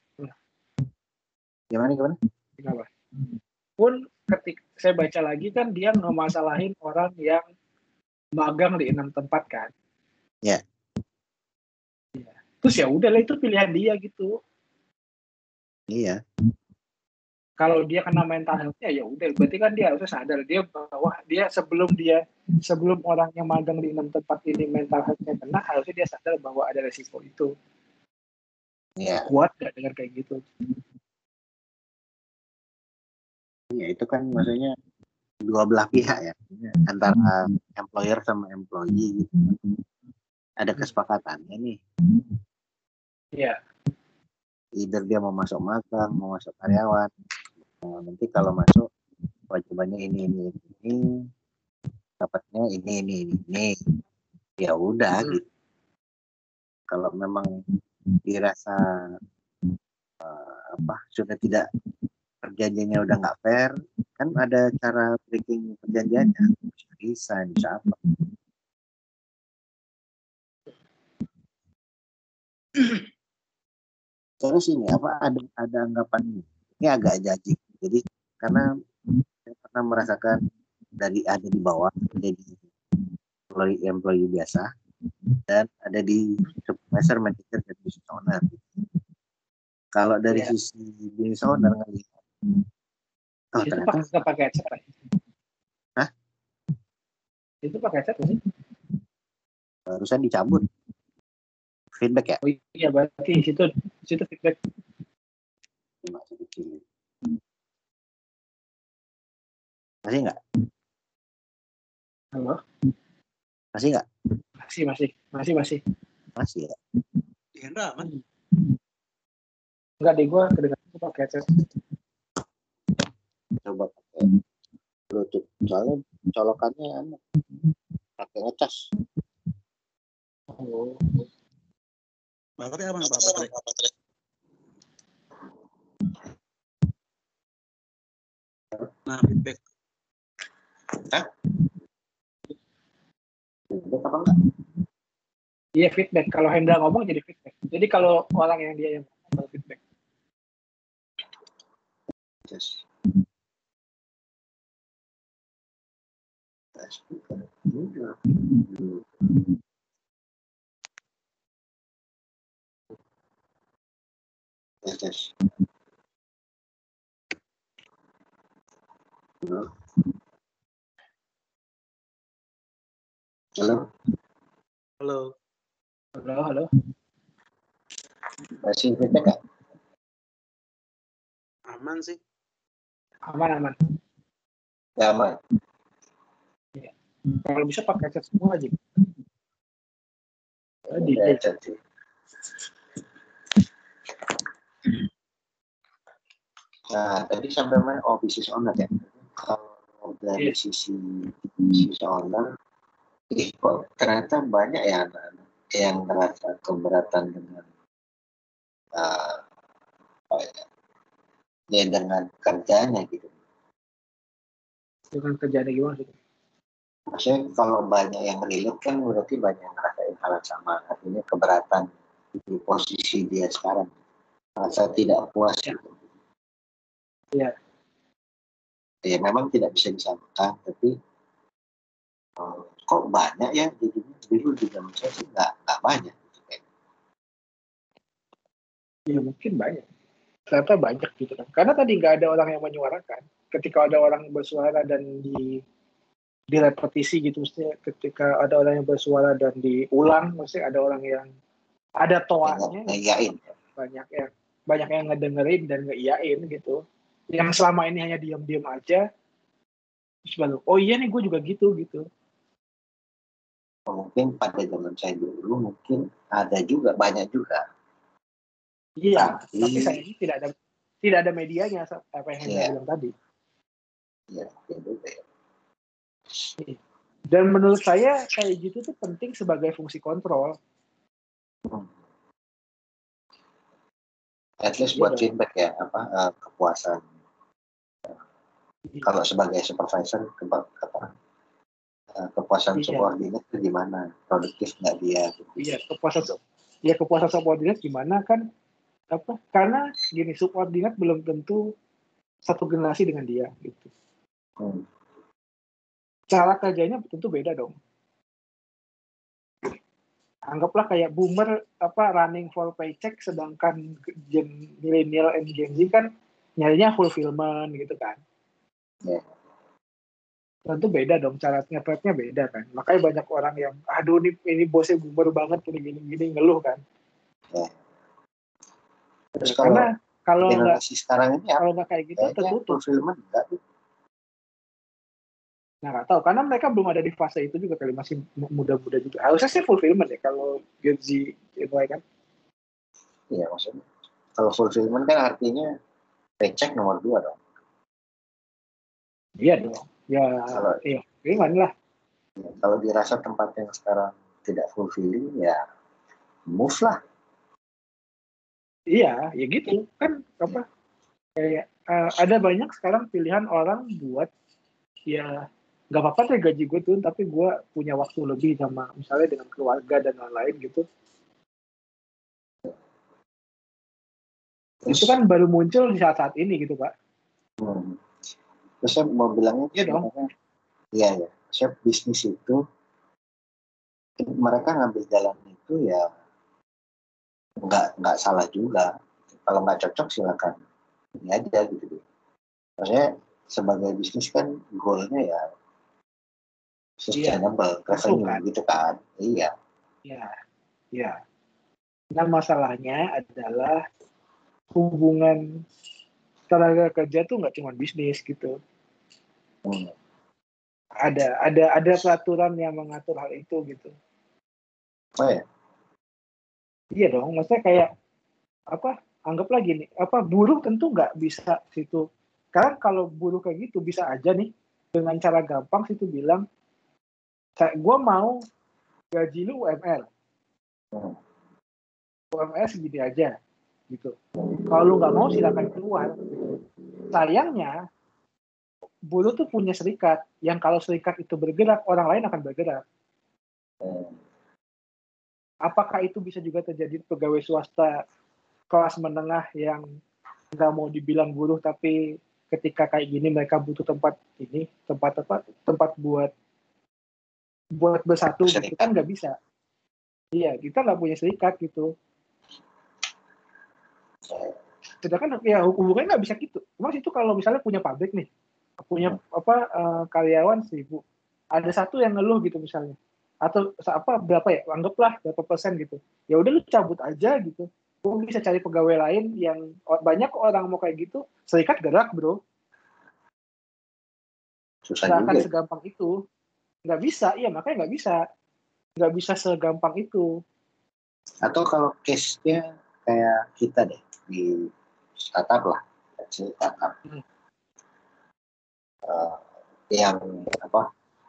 [SPEAKER 1] gimana gimana?
[SPEAKER 2] Kenapa? Pun ketika saya baca lagi kan dia ngemasalahin orang yang magang di enam tempat kan.
[SPEAKER 1] Ya.
[SPEAKER 2] Ya. Terus ya udahlah itu pilihan dia gitu.
[SPEAKER 1] Iya.
[SPEAKER 2] Kalau dia kena mental health-nya ya udah, berarti kan dia harusnya sadar dia bahwa dia sebelum dia sebelum orang yang magang di enam tempat ini mental health-nya kena, harusnya dia sadar bahwa ada resiko itu.
[SPEAKER 1] Iya.
[SPEAKER 2] Kuat gak dengar kayak gitu?
[SPEAKER 1] Ya itu kan maksudnya dua belah pihak ya, antara employer sama employee gitu. Ada kesepakatannya nih.
[SPEAKER 2] Iya.
[SPEAKER 1] Either dia mau masuk magang, mau masuk karyawan. Nah, nanti kalau masuk kewajibannya ini ini ini, dapatnya ini ini ini. ini. Ya udah gitu. Kalau memang dirasa uh, apa sudah tidak perjanjiannya udah nggak fair, kan ada cara breaking perjanjiannya, bisa resign, bisa apa. Terus ini apa ada ada anggapan ini? Ini agak jajik. Jadi karena saya pernah merasakan dari ada di bawah, ada di employee, employee biasa, dan ada di supervisor, manager, dan business owner. Kalau dari yeah. sisi business owner ngelihat,
[SPEAKER 2] oh itu ternyata pakai headset, Pak.
[SPEAKER 1] Hah?
[SPEAKER 2] Itu pakai headset sih?
[SPEAKER 1] Barusan dicabut. Feedback ya?
[SPEAKER 2] Oh iya, berarti situ situ feedback.
[SPEAKER 1] Masih nggak?
[SPEAKER 2] Halo?
[SPEAKER 1] Masih nggak?
[SPEAKER 2] Masih, masih, masih, masih.
[SPEAKER 1] Masih ya?
[SPEAKER 3] Hendra, aman?
[SPEAKER 2] Enggak deh, gue kedengaran gue pakai headset.
[SPEAKER 1] Coba pakai Bluetooth. Soalnya colokannya anu pakai ngecas.
[SPEAKER 2] Oh.
[SPEAKER 3] Baterai apa Pak? Baterai. Nah, feedback.
[SPEAKER 1] Hah? Feedback apa enggak?
[SPEAKER 2] Iya, feedback. Kalau Hendra ngomong jadi feedback. Jadi kalau orang yang dia yang ngomong feedback.
[SPEAKER 1] Yes. Yes, yes. Halo. Halo.
[SPEAKER 3] Halo.
[SPEAKER 2] Halo, halo.
[SPEAKER 1] Masih feedback nggak?
[SPEAKER 3] Aman sih.
[SPEAKER 2] Aman, aman.
[SPEAKER 1] Ya, aman.
[SPEAKER 2] Ya. Kalau bisa pakai headset semua aja. Tadi.
[SPEAKER 1] Headset sih. Nah, tadi sampai mana? Oh, business owner ya. Kalau dari yeah. sisi business owner, eh, kok ternyata banyak ya anak-anak yang merasa keberatan dengan uh, oh ya, ya dengan kerjanya gitu.
[SPEAKER 2] Dengan kerjanya gimana sih?
[SPEAKER 1] Maksudnya kalau banyak yang relate kan berarti banyak yang ngerasain hal yang sama. Artinya keberatan di posisi dia sekarang. Merasa tidak puas
[SPEAKER 2] ya.
[SPEAKER 1] gitu.
[SPEAKER 2] Iya.
[SPEAKER 1] Ya memang tidak bisa disamakan, tapi uh, kok banyak ya jadinya dulu juga saya sih nggak nggak banyak.
[SPEAKER 2] Ya mungkin banyak. Ternyata banyak gitu kan. Karena tadi nggak ada orang yang menyuarakan. Ketika ada orang bersuara dan di direpetisi gitu, mestinya ketika ada orang yang bersuara dan diulang, mesti ada orang yang ada toanya.
[SPEAKER 1] Ngeiyain.
[SPEAKER 2] Banyak yang banyak yang ngedengerin dan ngeiyain gitu. Yang selama ini hanya diam-diam aja, terus baru, oh iya nih gue juga gitu gitu.
[SPEAKER 1] Mungkin pada zaman saya dulu mungkin ada juga, banyak juga.
[SPEAKER 2] Iya, tapi, tapi sayangnya tidak ada tidak ada medianya apa yang Hendra
[SPEAKER 1] yeah.
[SPEAKER 2] bilang tadi.
[SPEAKER 1] Iya, itu ya.
[SPEAKER 2] Dan menurut saya kayak gitu tuh penting sebagai fungsi kontrol.
[SPEAKER 1] Hmm. At least buat ya, feedback ya, apa uh, kepuasan. Ya. Kalau sebagai supervisor, ke, apa, uh, kepuasan iya. subordinate itu gimana? Produktif nggak dia? Gitu.
[SPEAKER 2] Iya, kepuasan ya kepuasan subordinate gimana kan? Apa? Karena gini, subordinate belum tentu satu generasi dengan dia gitu.
[SPEAKER 1] Hmm.
[SPEAKER 2] Cara kerjanya tentu beda dong. Anggaplah kayak boomer apa running for paycheck, sedangkan gen millennial and Gen Z kan nyarinya fulfillment gitu kan.
[SPEAKER 1] Yeah.
[SPEAKER 2] Tentu beda dong, cara ngepretnya beda kan. Makanya banyak orang yang aduh ini ini bosnya boomer banget gini gini ngeluh kan.
[SPEAKER 1] Yeah. Terus
[SPEAKER 2] ya, karena kalau
[SPEAKER 1] generasi sekarang ini
[SPEAKER 2] kalau nggak kayak gitu tertutup.
[SPEAKER 1] Fulfillment enggak.
[SPEAKER 2] Nah, nggak tahu karena mereka belum ada di fase itu juga kali, masih muda-muda juga. Harusnya sih fulfillment ya kalau Gen Z itu kan.
[SPEAKER 1] Iya maksudnya kalau fulfillment kan artinya paycheck nomor dua dong.
[SPEAKER 2] Iya dong. Ya,
[SPEAKER 1] kalau
[SPEAKER 2] iya, gimana lah.
[SPEAKER 1] Ya, kalau dirasa tempat yang sekarang tidak fulfilling ya move lah.
[SPEAKER 2] Iya, ya gitu kan apa? Kayak uh, ada banyak sekarang pilihan orang buat ya nggak apa-apa sih gaji gue tuh, tapi gue punya waktu lebih sama misalnya dengan keluarga dan lain-lain gitu. Terus, itu kan baru muncul di saat-saat ini gitu Pak.
[SPEAKER 1] Hmm. Terus saya mau bilangnya
[SPEAKER 2] iya dong.
[SPEAKER 1] Iya ya, saya bisnis itu mereka ngambil jalan itu ya nggak nggak salah juga. Kalau nggak cocok silakan ini aja gitu. Maksudnya sebagai bisnis kan goalnya ya sustainable,
[SPEAKER 2] iya,
[SPEAKER 1] revenue
[SPEAKER 2] kan?
[SPEAKER 1] gitu kan. Iya.
[SPEAKER 2] Iya, iya. Nah masalahnya adalah hubungan tenaga kerja tuh nggak cuma bisnis gitu. Hmm. Ada ada ada peraturan yang mengatur hal itu gitu.
[SPEAKER 1] Oh ya.
[SPEAKER 2] Iya dong, maksudnya kayak apa? Anggaplah gini, apa buruh tentu nggak bisa situ. Karena kalau buruh kayak gitu bisa aja nih dengan cara gampang situ bilang, gue mau gaji lu U M R, hmm. U M R segini aja, gitu. Kalau lu nggak mau silakan keluar. Gitu. Sayangnya buruh tuh punya serikat, yang kalau serikat itu bergerak, orang lain akan bergerak. Hmm. Apakah itu bisa juga terjadi pegawai swasta kelas menengah yang nggak mau dibilang buruh, tapi ketika kayak gini mereka butuh tempat ini, tempat apa, tempat buat buat bersatu, gitu kan nggak bisa. Iya, kita nggak punya serikat gitu. Sedangkan ya hubungannya nggak bisa gitu. Mas itu kalau misalnya punya pabrik nih, punya apa uh, karyawan seribu, ada satu yang ngeluh gitu misalnya, atau apa berapa ya, anggaplah berapa persen gitu. Ya udah lu cabut aja gitu. Gue bisa cari pegawai lain yang banyak orang mau kayak gitu, serikat gerak bro.
[SPEAKER 1] Susah
[SPEAKER 2] nggak akan
[SPEAKER 1] juga.
[SPEAKER 2] Segampang itu, nggak bisa, iya makanya nggak bisa, nggak bisa segampang itu.
[SPEAKER 1] Atau kalau case-nya kayak kita deh di startup lah, startup hmm. uh, yang apa,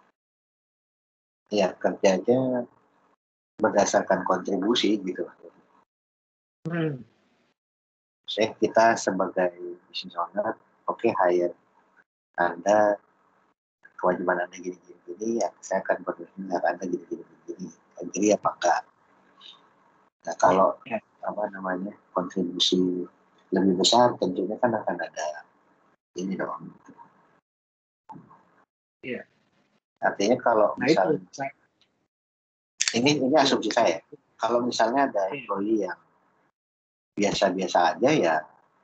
[SPEAKER 1] ya kerjanya berdasarkan kontribusi gitu. Hmm. Saya kita sebagai business owner, oke okay, hire Anda, kewajiban Anda gini-gini, ya saya akan berdasarkan Anda gini-gini, jadi apa enggak? Nah kalau ya. apa namanya kontribusi lebih besar, tentunya kan akan ada ini dong. Iya. Artinya kalau nah misalnya itu. ini ini asumsi saya, kalau misalnya ada employee yang biasa-biasa aja ya,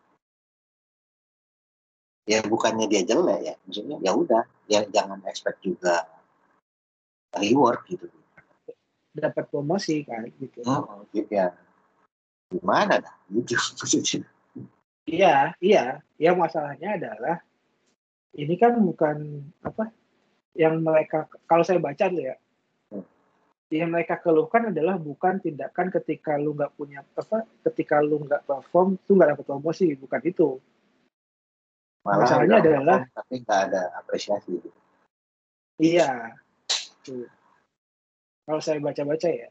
[SPEAKER 1] ya bukannya dia jelek ya, maksudnya ya udah, ya jangan expect juga reward gitu.
[SPEAKER 2] Dapat promosi kan gitu.
[SPEAKER 1] Oh, gitu ya. Gimana dah gitu maksudnya.
[SPEAKER 2] Iya, iya. Yang masalahnya adalah ini kan bukan apa yang mereka, kalau saya baca tuh ya, hmm. yang mereka keluhkan adalah bukan tindakan ketika lu nggak punya apa, ketika lu nggak perform tuh nggak dapat promosi, bukan itu.
[SPEAKER 1] Malah
[SPEAKER 2] masalahnya adalah
[SPEAKER 1] tapi nggak ada apresiasi. Gitu.
[SPEAKER 2] Iya. Tuh. Kalau saya baca-baca ya.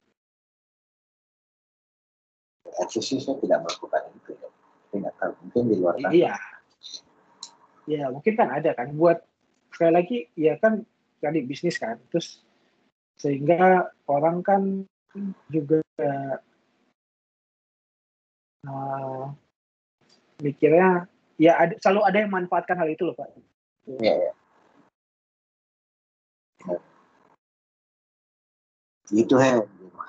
[SPEAKER 1] Eksisi saya tidak melakukan itu ya. Tidak tahu, mungkin di luar sana.
[SPEAKER 2] Iya. Ya mungkin kan ada kan buat sekali lagi ya kan tadi bisnis kan, terus sehingga orang kan juga uh, mikirnya ya ada, selalu ada yang manfaatkan hal itu loh Pak.
[SPEAKER 1] Iya ya. Gitu ya.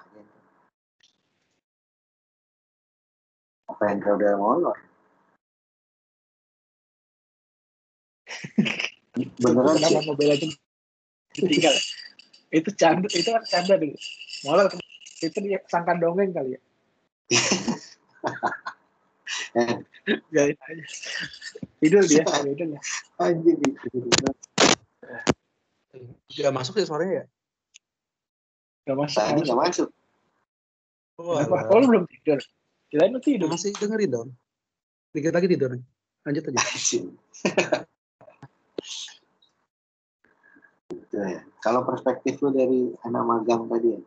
[SPEAKER 1] Apa yang kau udah molor? Beneran sih.
[SPEAKER 2] Kenapa Mobile Legends ditinggal? Itu canda, itu kan canda dulu. Molor itu dia sangkan dongeng kali ya. Ya itu aja. Tidur dia, tidur ya.
[SPEAKER 1] Anjir gitu.
[SPEAKER 3] Gak masuk ya suaranya ya?
[SPEAKER 2] Gak masuk.
[SPEAKER 4] Tadi nggak masuk.
[SPEAKER 3] Oh,
[SPEAKER 2] Kenapa?
[SPEAKER 3] alah.
[SPEAKER 2] Oh, lu belum tidur? Kirain lu tidur.
[SPEAKER 3] Masih dengerin dong. Dikit lagi tidur. Lanjut aja.
[SPEAKER 4] Gitu ya. Kalau perspektif lu dari anak magang tadi ya?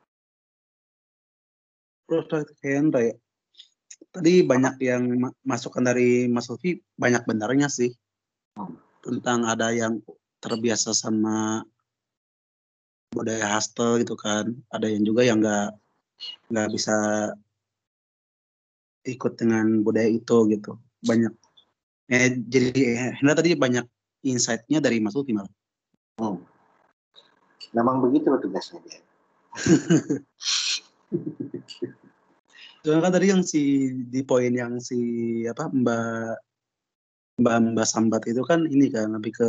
[SPEAKER 3] Perspektif Hendra ya. Tadi banyak yang ma- masukan dari Mas Ulfi, banyak benarnya sih. Tentang ada yang terbiasa sama budaya hostel gitu kan. Ada yang juga yang nggak nggak bisa ikut dengan budaya itu gitu. Banyak. Eh, jadi eh, Hendra tadi banyak insight-nya dari Mas Ulfi malah.
[SPEAKER 4] Hmm. Memang begitu loh tugasnya dia.
[SPEAKER 3] Soalnya kan tadi yang si di poin yang si apa Mbak Mbak Mbak Sambat itu kan ini kan lebih ke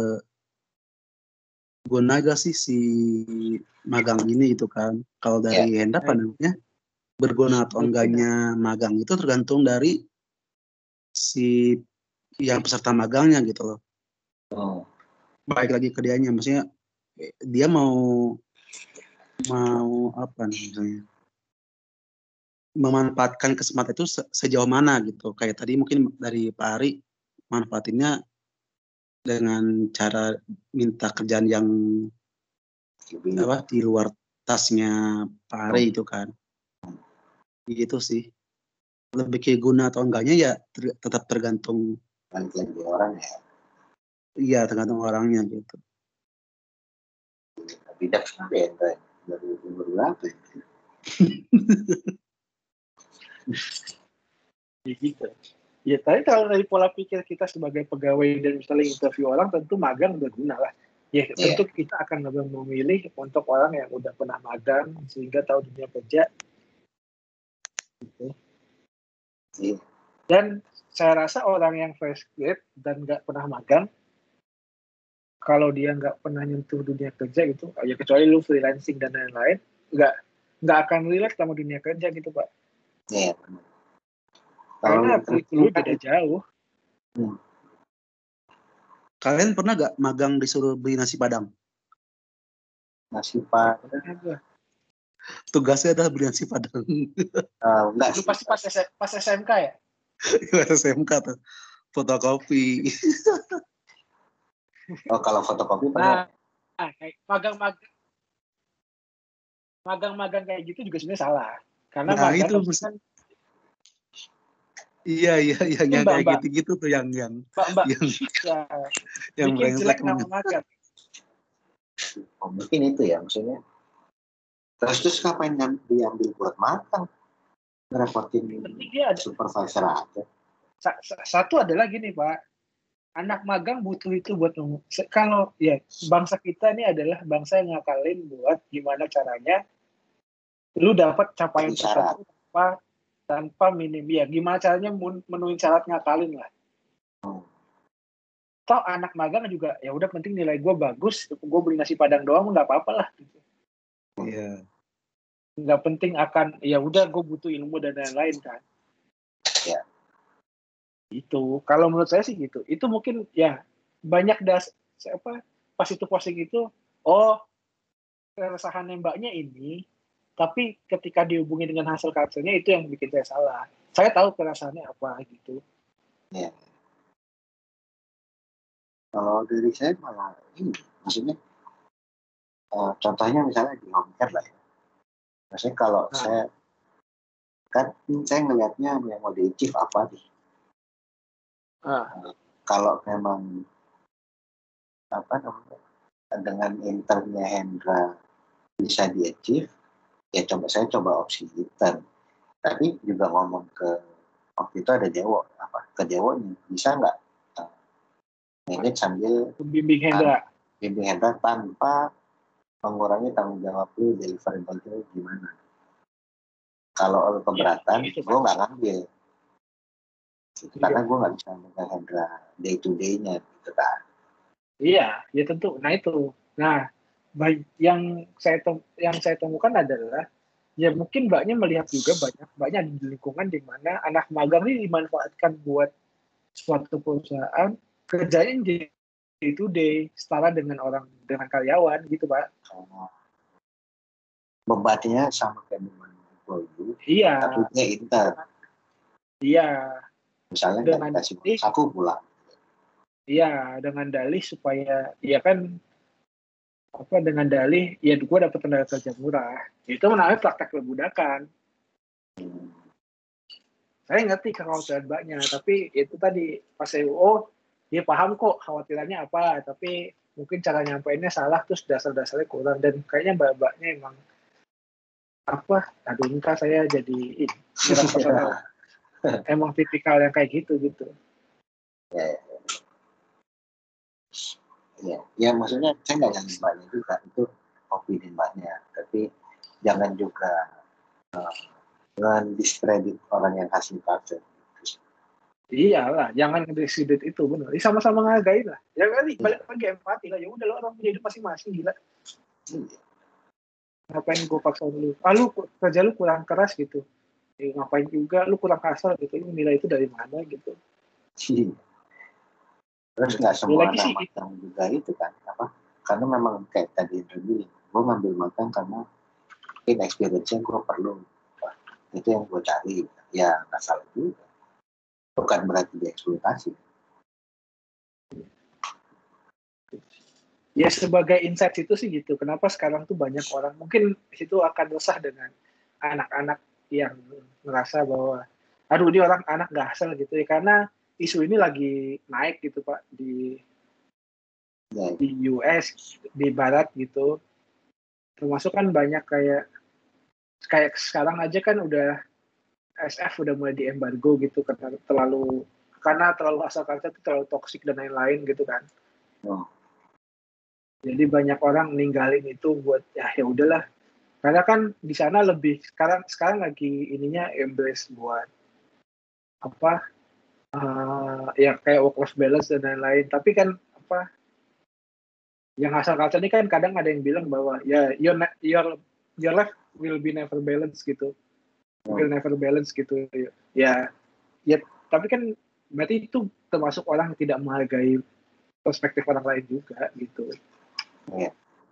[SPEAKER 3] guna gak sih si magang ini itu kan. Kalau dari Hendra pandangannya berguna atau enggaknya magang itu tergantung dari si yang peserta magangnya gitu loh.
[SPEAKER 4] Hmm.
[SPEAKER 3] Baik lagi ke dianya, maksudnya dia mau mau apa nih misalnya memanfaatkan kesempatan itu se- sejauh mana gitu. Kayak tadi mungkin dari Pak Ari manfaatinnya dengan cara minta kerjaan yang
[SPEAKER 4] Lebih
[SPEAKER 3] apa di luar tasnya Pak Ari itu kan. Gitu sih. Lebih ke guna atau enggaknya ya ter- tetap tergantung
[SPEAKER 4] balik lagi orang ya.
[SPEAKER 3] iya tergantung orangnya gitu.
[SPEAKER 4] Bidak sekali ya, Ndra. Dari umur berapa ya?
[SPEAKER 2] Ya gitu. Ya tapi kalau dari pola pikir kita sebagai pegawai dan misalnya interview orang, tentu magang berguna lah. Ya tentu kita akan lebih memilih untuk orang yang udah pernah magang sehingga tahu dunia kerja. Gitu.
[SPEAKER 4] Iya.
[SPEAKER 2] Dan saya rasa orang yang fresh grade dan nggak pernah magang, kalau dia nggak pernah nyentuh dunia kerja gitu, ya kecuali lu freelancing dan lain-lain, nggak nggak akan relate sama dunia kerja gitu Pak.
[SPEAKER 4] Iya.
[SPEAKER 2] Karena
[SPEAKER 4] Kalau
[SPEAKER 2] lu beda jauh.
[SPEAKER 4] Hmm.
[SPEAKER 3] Kalian pernah gak magang disuruh beli nasi padang?
[SPEAKER 4] Nasi padang.
[SPEAKER 3] Tugasnya adalah beli nasi padang.
[SPEAKER 4] Uh, enggak
[SPEAKER 2] Lu
[SPEAKER 4] sih.
[SPEAKER 2] pasti pas, pas S M K ya?
[SPEAKER 3] Pas S M K tuh. Fotokopi.
[SPEAKER 4] Oh, kalau fotokopi
[SPEAKER 2] Nah,
[SPEAKER 4] pernah.
[SPEAKER 2] nah kayak magang-magang magang-magang kayak gitu juga sebenarnya salah. Karena
[SPEAKER 3] Nah,
[SPEAKER 2] magang
[SPEAKER 3] itu
[SPEAKER 2] kan
[SPEAKER 3] iya iya yang, yang
[SPEAKER 2] mbak,
[SPEAKER 3] kayak
[SPEAKER 2] mbak.
[SPEAKER 3] gitu-gitu tuh yang yang
[SPEAKER 2] mbak, mbak.
[SPEAKER 3] yang
[SPEAKER 2] Ya,
[SPEAKER 3] yang
[SPEAKER 2] bikin jelek
[SPEAKER 3] brengsek
[SPEAKER 2] nama
[SPEAKER 3] namanya.
[SPEAKER 2] magang.
[SPEAKER 4] Oh, mungkin itu ya maksudnya. Terus terus ngapain yang diambil buat matang? Ngerepotin
[SPEAKER 2] Dia ada
[SPEAKER 4] supervisor aja.
[SPEAKER 2] sa- sa- satu adalah gini Pak, anak magang butuh itu buat nunggu. Kalau ya bangsa kita ini adalah bangsa yang ngakalin buat gimana caranya lu dapat capaian tertentu tanpa tanpa minim ya gimana caranya memenuhi syarat ngakalin lah.
[SPEAKER 4] Hmm.
[SPEAKER 2] Toh anak magang juga ya udah penting nilai gue bagus, gue beli nasi padang doang nggak apa-apa lah.
[SPEAKER 3] Iya.
[SPEAKER 2] Nggak penting akan ya udah gue butuh ilmu dan lain-lain kan.
[SPEAKER 4] Ya.
[SPEAKER 2] Itu kalau menurut saya sih gitu. Itu mungkin ya banyak das apa pas itu posting itu oh keresahan mbaknya ini, tapi ketika dihubungi dengan hasil kasusnya itu yang bikin saya salah. Saya tahu keresahannya apa gitu.
[SPEAKER 4] Ya. Kalau dari saya malah ini, maksudnya uh, contohnya misalnya di home care lah ya. Maksudnya kalau nah. saya kan saya ngelihatnya yang mau di-achieve apa nih?
[SPEAKER 2] Ah.
[SPEAKER 4] Uh, kalau memang apa namanya dengan internnya Hendra bisa di-achieve, ya coba saya coba opsi intern. Tapi juga ngomong ke waktu itu ada Dewo, apa ke Dewonya bisa nggak uh, manage sambil
[SPEAKER 2] bimbing Hendra,
[SPEAKER 4] tan- bimbing Hendra tanpa mengurangi tanggung jawab lu, deliverable lu gimana? Kalau lu keberatan, ya, gue nggak ngambil, gitu, iya. Karena gue nggak bisa megang Hendra day to day-nya, gitu kan?
[SPEAKER 2] Iya, ya tentu. Nah itu, nah yang saya tem- yang saya temukan adalah ya mungkin mbaknya melihat juga banyak banyak di lingkungan di mana anak magang ini dimanfaatkan buat suatu perusahaan kerjanya jadi day to day setara dengan orang dengan karyawan gitu Pak.
[SPEAKER 4] Oh. Bebannya sama kayak beban employee,
[SPEAKER 2] Iya.
[SPEAKER 4] tapi dia inter.
[SPEAKER 2] Iya.
[SPEAKER 4] Misalnya
[SPEAKER 2] dengan
[SPEAKER 4] nggak dikasih bonus, aku pulang.
[SPEAKER 2] Iya, dengan dalih supaya ya kan apa dengan dalih ya gue dapat tenaga kerja murah. Itu namanya praktek perbudakan.
[SPEAKER 4] Hmm.
[SPEAKER 2] Saya ngerti kekhawatiran mbaknya, tapi itu tadi pas saya oh dia paham kok khawatirannya apa, tapi mungkin cara nyampeinnya salah terus dasar-dasarnya kurang dan kayaknya mbak-mbaknya emang apa aduh entah saya jadi ih, personal. Emang tipikal yang kayak gitu gitu.
[SPEAKER 4] Ya, ya, ya maksudnya saya nggak nyalain mbaknya juga, itu opini mbaknya, tapi jangan juga uh, jangan diskredit orang yang kasih culture.
[SPEAKER 2] Iyalah, jangan ngedesidet itu benar. Ya, sama-sama ngargain lah. Ya kali balik lagi empati lah. Ya udah lo orang punya hidup masing-masing gila.
[SPEAKER 4] Hmm.
[SPEAKER 2] Ngapain gue paksa lu? Ah lu kerja lu kurang keras gitu. Ya, ngapain juga lu kurang kasar gitu. Ini nilai itu dari mana gitu.
[SPEAKER 4] Terus nggak
[SPEAKER 2] Ya,
[SPEAKER 4] semua
[SPEAKER 2] lagi
[SPEAKER 4] anak
[SPEAKER 2] sih,
[SPEAKER 4] magang juga itu kan apa? Karena memang kayak tadi Indra bilang, gue ngambil magang karena in experience-nya gue perlu. Itu yang gue cari. Ya nggak salah juga. Bukan berarti dieksploitasi.
[SPEAKER 2] ya sebagai insight itu sih gitu. Kenapa sekarang tuh banyak orang mungkin situ akan resah dengan anak-anak yang merasa bahwa aduh dia orang anak nggak asal gitu ya karena isu ini lagi naik gitu Pak di
[SPEAKER 4] Ya,
[SPEAKER 2] di U S di Barat gitu. Termasuk kan banyak kayak kayak sekarang aja kan udah S F udah mulai diembargo gitu karena terlalu karena terlalu asal kata itu terlalu toksik dan lain-lain gitu kan.
[SPEAKER 4] oh.
[SPEAKER 2] Jadi banyak orang ninggalin itu buat ya ya udahlah. Karena kan di sana lebih sekarang sekarang lagi ininya embrace buat apa uh, ya kayak work life balance dan lain-lain. Tapi kan apa yang asal kata ini kan kadang ada yang bilang bahwa ya your your your life will be never balance gitu. Will never balance gitu ya ya tapi kan berarti itu termasuk orang yang tidak menghargai perspektif orang lain juga gitu.
[SPEAKER 4] Ya.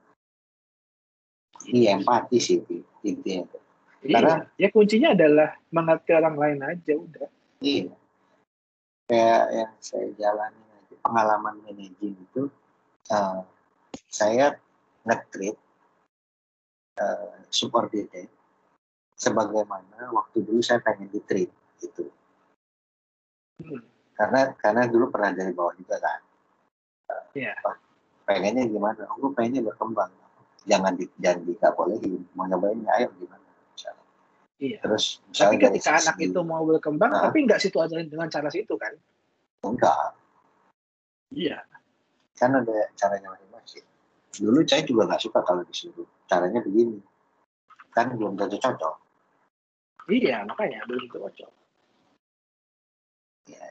[SPEAKER 4] Iya, empati sih intinya.
[SPEAKER 2] Iya,
[SPEAKER 4] Karena
[SPEAKER 2] ya kuncinya adalah mengerti orang lain aja udah.
[SPEAKER 4] iya, kayak yang saya jalani pengalaman manajemen itu, uh, saya nge-treat uh, subordinate sebagaimana waktu dulu saya pengen di-treat gitu.
[SPEAKER 2] Hmm.
[SPEAKER 4] Karena karena dulu pernah dari bawah juga kan.
[SPEAKER 2] Iya.
[SPEAKER 4] Uh, pengennya gimana? Aku pengennya berkembang. Jangan di, jangan dikabolehin. Mau nyobainnya ayo gimana? Misalnya.
[SPEAKER 2] Iya.
[SPEAKER 4] Terus
[SPEAKER 2] tapi
[SPEAKER 4] misalnya
[SPEAKER 2] ketika
[SPEAKER 4] dari
[SPEAKER 2] anak
[SPEAKER 4] sisi,
[SPEAKER 2] itu mau berkembang,
[SPEAKER 4] nah,
[SPEAKER 2] tapi nggak situ aja dengan cara situ kan?
[SPEAKER 4] enggak.
[SPEAKER 2] Iya.
[SPEAKER 4] Kan ada caranya masing-masing. Dulu saya juga nggak suka kalau disuruh caranya begini. Kan belum tentu cocok.
[SPEAKER 2] Iya, makanya belum itu cocok.
[SPEAKER 4] Ya.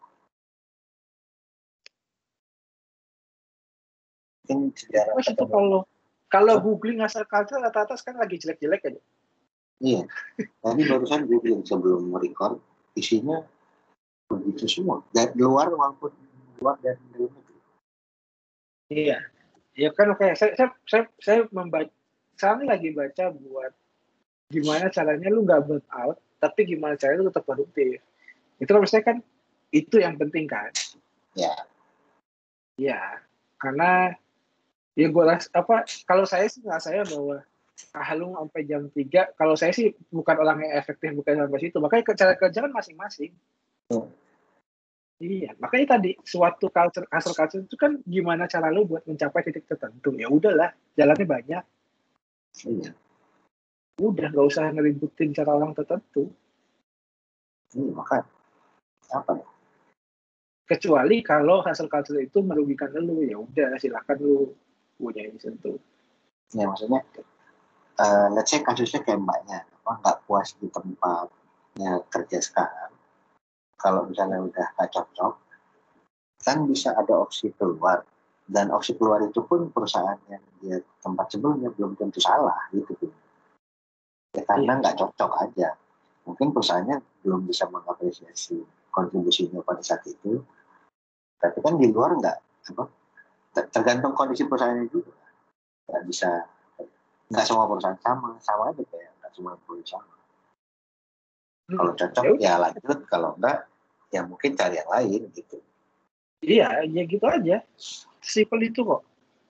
[SPEAKER 4] Mungkin sejarah
[SPEAKER 2] Terus itu kalau kalau googling asal culture rata-rata sekarang lagi jelek-jelek aja.
[SPEAKER 4] Iya. Tadi barusan googling sebelum record, isinya begitu semua. Dari luar maupun luar dari dalam negeri.
[SPEAKER 2] Iya. Ya kan oke, saya saya saya, saya membaca sekarang lagi baca buat gimana caranya lu nggak burn out, tapi gimana caranya lu tetap produktif. Itu kan maksudnya kan itu yang penting kan.
[SPEAKER 4] Ya.
[SPEAKER 2] Iya. Karena ya gue rasa apa kalau saya sih nggak saya bahwa ah lu sampai jam tiga kalau saya sih bukan orang yang efektif bukan sampai situ makanya cara kerja kan masing-masing.
[SPEAKER 4] Hmm.
[SPEAKER 2] Iya makanya tadi suatu culture asal culture itu kan gimana cara lu buat mencapai titik tertentu ya udahlah jalannya banyak.
[SPEAKER 4] Iya.
[SPEAKER 2] Udah nggak usah ngeributin cara orang tertentu.
[SPEAKER 4] Ini makanya apa ya?
[SPEAKER 2] Kecuali kalau hasil culture itu merugikan lu ya udah silakan lu punya ini sentuh.
[SPEAKER 4] Ya maksudnya uh, let's say kasusnya kayak mbaknya apa nggak puas di tempatnya kerja sekarang, kalau misalnya udah nggak cocok kan bisa ada opsi keluar, dan opsi keluar itu pun perusahaan yang dia tempat sebelumnya belum tentu salah gitu tuh ya, karena nggak cocok aja, mungkin perusahaannya belum bisa mengapresiasi kontribusinya pada saat itu, tapi kan di luar nggak apa tergantung kondisi perusahaannya juga. Nggak bisa, nggak semua perusahaan sama, sama aja kayak nggak semua perusahaan sama. Kalau cocok ya lanjut, kalau enggak ya mungkin cari yang lain gitu.
[SPEAKER 2] Iya, ya gitu aja. Simple itu kok.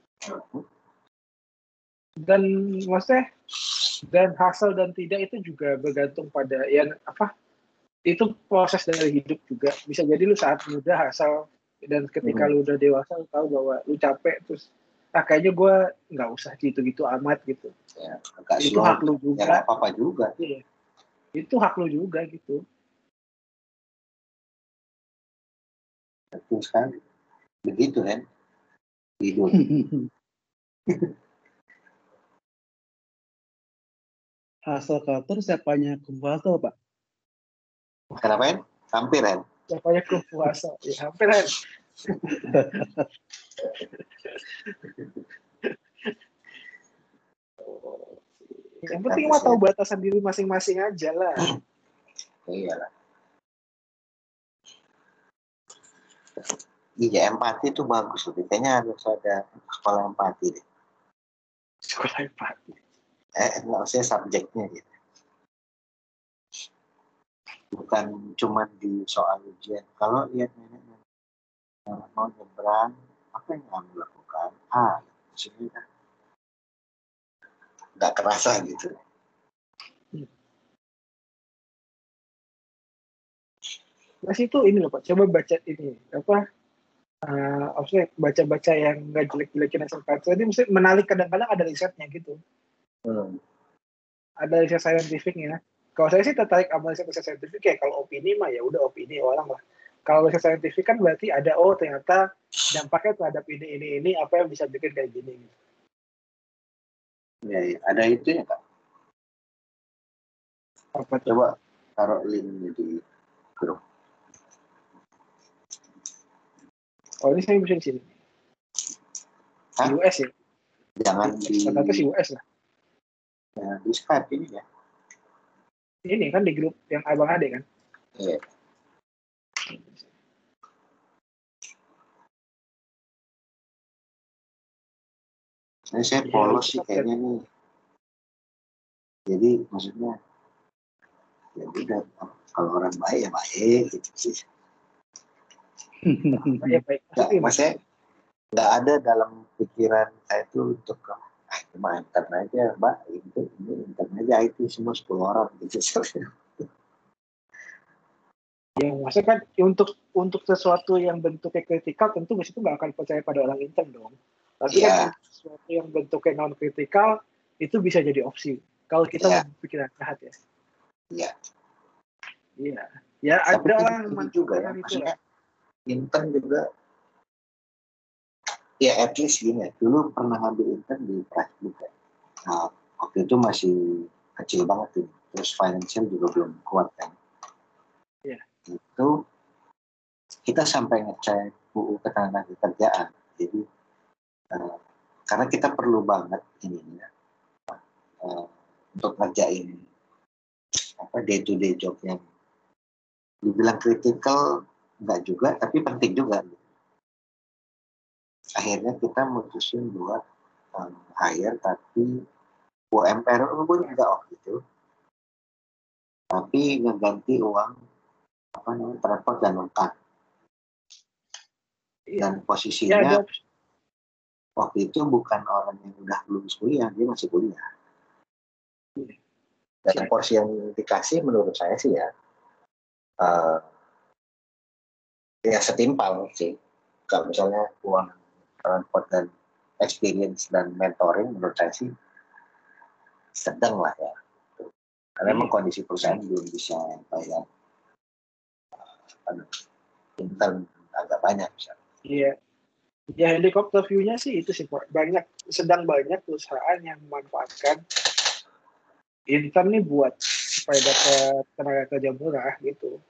[SPEAKER 2] Dan maksudnya dan hasil dan tidak itu juga bergantung pada ya apa? Itu proses dari hidup juga. Bisa jadi lu saat muda hasil dan ketika hmm. lu udah dewasa lu tahu bahwa lu capek terus ah kayaknya gue nggak usah gitu-gitu amat gitu.
[SPEAKER 4] Ya,
[SPEAKER 2] itu slow, hak lu juga.
[SPEAKER 4] Ya apa-apa juga.
[SPEAKER 2] Iya. Itu hak lu juga gitu.
[SPEAKER 4] Betul sekali. Begitu kan? Hidup.
[SPEAKER 3] Hasil Carter siapanya Kumpulso, Pak?
[SPEAKER 4] Kenapa kan? Hampir kan?
[SPEAKER 2] Siapanya Kumpulso. Ya, hampir kan? Yang penting mah tahu batasan diri masing-masing aja lah.
[SPEAKER 4] Iyalah. Iya, empati itu bagus loh. Kayaknya harus ada sekolah empati deh.
[SPEAKER 2] Sekolah empati.
[SPEAKER 4] Eh, maksudnya subjeknya gitu. Bukan cuma di soal ujian. Kalau lihat nenek mau nyebrang, apa yang kamu lakukan? Ah, maksudnya kan nggak kerasa gitu.
[SPEAKER 2] Mas itu ini loh Pak, coba baca ini apa? Uh, maksudnya baca-baca yang nggak jelek-jelekin hasil Carter ini mesti menarik, kadang-kadang ada risetnya gitu.
[SPEAKER 4] Hmm.
[SPEAKER 2] Ada riset saintifiknya. Kalau saya sih tertarik sama riset saintifik ya, kalau opini mah ya udah opini orang lah. Kalau riset saintifik kan berarti ada oh ternyata dampaknya terhadap ini ini ini apa yang bisa bikin kayak gini.
[SPEAKER 4] Ya, ya. Ada itu ya Kak.
[SPEAKER 2] Apa tuh?
[SPEAKER 4] Coba taruh linknya di grup.
[SPEAKER 2] Oh ini saya bisa di sini. Di U S ya?
[SPEAKER 4] Jangan di.
[SPEAKER 2] Ternyata sih U S lah.
[SPEAKER 4] Ya, di Skype ini ya.
[SPEAKER 2] Ini kan di grup yang Abang Ade kan?
[SPEAKER 4] Iya. Ini saya polos ya, sih kayaknya kan. Nih. Jadi maksudnya ya udah kalau orang baik ya baik gitu sih.
[SPEAKER 2] Ya, baik.
[SPEAKER 4] Nggak, maksudnya nggak ada dalam pikiran saya itu untuk ah cuma internet aja mbak itu ini internet aja itu semua sepuluh orang gitu.
[SPEAKER 2] Ya maksudnya kan untuk untuk sesuatu yang bentuknya kritikal tentu di situ nggak akan percaya pada orang intern dong. Tapi yeah. kan sesuatu yang bentuknya non kritikal itu bisa jadi opsi kalau kita yeah. berpikiran jahat ya.
[SPEAKER 4] Iya.
[SPEAKER 2] Iya. Ya ada orang
[SPEAKER 4] juga ya maksudnya intern juga. Ya at least gini ya, dulu pernah ngambil intern di Facebook ya. Nah, waktu itu masih kecil banget tuh, terus financial juga belum kuat kan.
[SPEAKER 2] Iya.
[SPEAKER 4] Itu kita sampai ngecek U U Ketenagakerjaan. Jadi uh, karena kita perlu banget ini ya uh, untuk ngerjain apa day to day job yang dibilang kritikal enggak juga, tapi penting juga. Akhirnya kita mutusin buat um, hire tapi U M R pun enggak waktu itu, tapi ngeganti uang apa namanya transport dan makan. Dan posisinya ya, waktu itu bukan orang yang udah lulus kuliah, dia masih kuliah. Dan porsi yang dikasih menurut saya sih ya uh, ya setimpal sih. Kalau misalnya uang transport dan experience dan mentoring menurut saya sih sedang lah ya. Karena memang kondisi perusahaan belum bisa bayar uh, intern agak banyak misalnya.
[SPEAKER 2] Iya. Ya helikopter view-nya sih itu sih banyak, sedang banyak perusahaan yang memanfaatkan intern nih buat supaya dapat tenaga kerja murah gitu.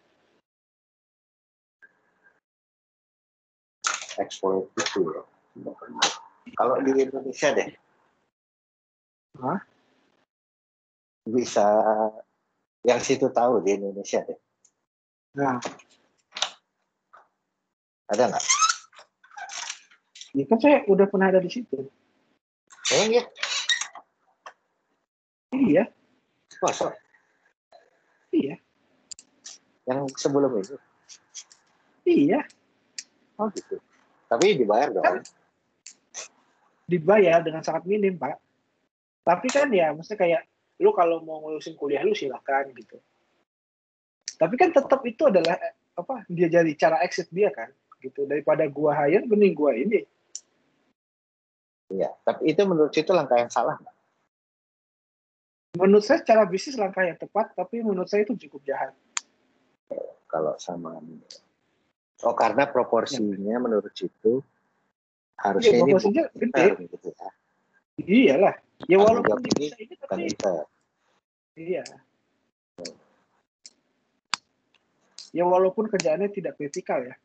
[SPEAKER 4] Exploit itu ya. Kalau di Indonesia deh,
[SPEAKER 2] Hah?
[SPEAKER 4] Bisa yang situ tahu di Indonesia deh.
[SPEAKER 2] Nah,
[SPEAKER 4] ada nggak?
[SPEAKER 2] Ya kan saya udah pernah ada di situ.
[SPEAKER 1] Oh iya,
[SPEAKER 2] Iya,
[SPEAKER 1] masa
[SPEAKER 2] iya,
[SPEAKER 1] yang sebelum itu.
[SPEAKER 2] iya.
[SPEAKER 1] Oh gitu. Tapi dibayar dong.
[SPEAKER 2] Dibayar dengan sangat minim, Pak. Tapi kan ya, maksudnya kayak lu kalau mau ngurusin kuliah lu silakan gitu. Tapi kan tetap itu adalah eh, apa? Dia jadi cara exit dia kan, gitu. Daripada gua hire, mending gua ini.
[SPEAKER 1] Iya, tapi itu menurut situ langkah yang salah.
[SPEAKER 2] Menurut saya secara bisnis langkah yang tepat, tapi menurut saya itu cukup jahat.
[SPEAKER 1] Kalau sama oh karena proporsinya ya. Menurut situ harusnya
[SPEAKER 2] Iya,
[SPEAKER 1] ini
[SPEAKER 2] proporsinya gede.
[SPEAKER 1] gitu ya.
[SPEAKER 2] Iyalah. Ya
[SPEAKER 1] Tanggung
[SPEAKER 2] walaupun
[SPEAKER 1] jawab
[SPEAKER 2] dia
[SPEAKER 1] ini
[SPEAKER 2] bisa ini
[SPEAKER 1] bukan
[SPEAKER 2] tapi
[SPEAKER 1] inter.
[SPEAKER 2] iya. Ya walaupun kerjaannya tidak kritikal ya.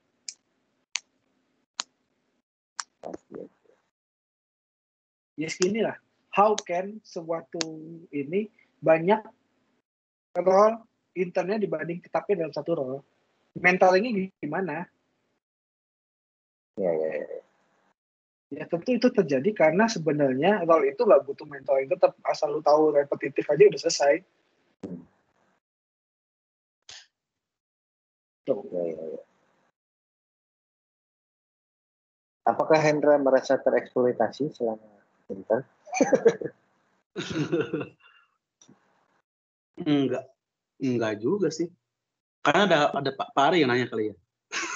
[SPEAKER 2] Ya segini lah. How can suatu ini banyak role internnya dibanding tetapnya dalam satu role? Mental ini gimana?
[SPEAKER 1] Ya, ya, ya.
[SPEAKER 2] Ya tentu itu terjadi karena sebenarnya role itu nggak butuh mentoring tetap, asal lu tahu repetitif aja udah selesai. Tuh.
[SPEAKER 1] Ya, ya, ya. Apakah Hendra merasa tereksploitasi selama intern?
[SPEAKER 3] Enggak, enggak juga sih. Karena ada ada Pak Pari yang nanya kali ya.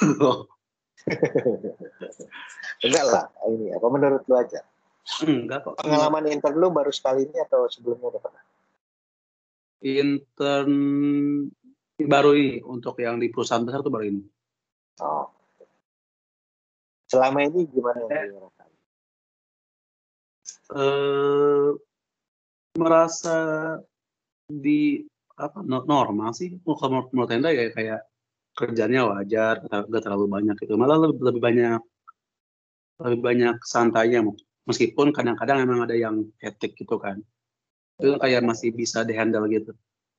[SPEAKER 1] Enggak lah, ini apa menurut lu aja?
[SPEAKER 3] Enggak kok.
[SPEAKER 1] Pengalaman intern lu baru sekali ini atau sebelumnya udah pernah?
[SPEAKER 3] Intern baru ini untuk yang di perusahaan besar tuh baru ini.
[SPEAKER 1] Oh. Selama ini gimana yang lu rasain?
[SPEAKER 3] Eh, merasa di apa normal sih. Kalau menurut Enda ya kayak kerjanya wajar, nggak terlalu banyak gitu. Malah lebih, lebih banyak lebih banyak santainya, meskipun kadang-kadang emang ada yang hektik gitu kan. Itu kayak masih bisa dihandle gitu.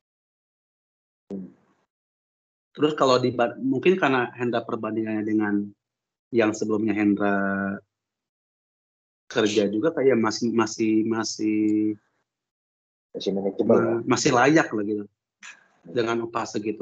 [SPEAKER 3] Terus kalau di mungkin karena Hendra perbandingannya dengan yang sebelumnya Hendra kerja juga kayak masih masih masih
[SPEAKER 1] Masih manajeble ya?
[SPEAKER 3] masih layak lah gitu dengan upah segitu.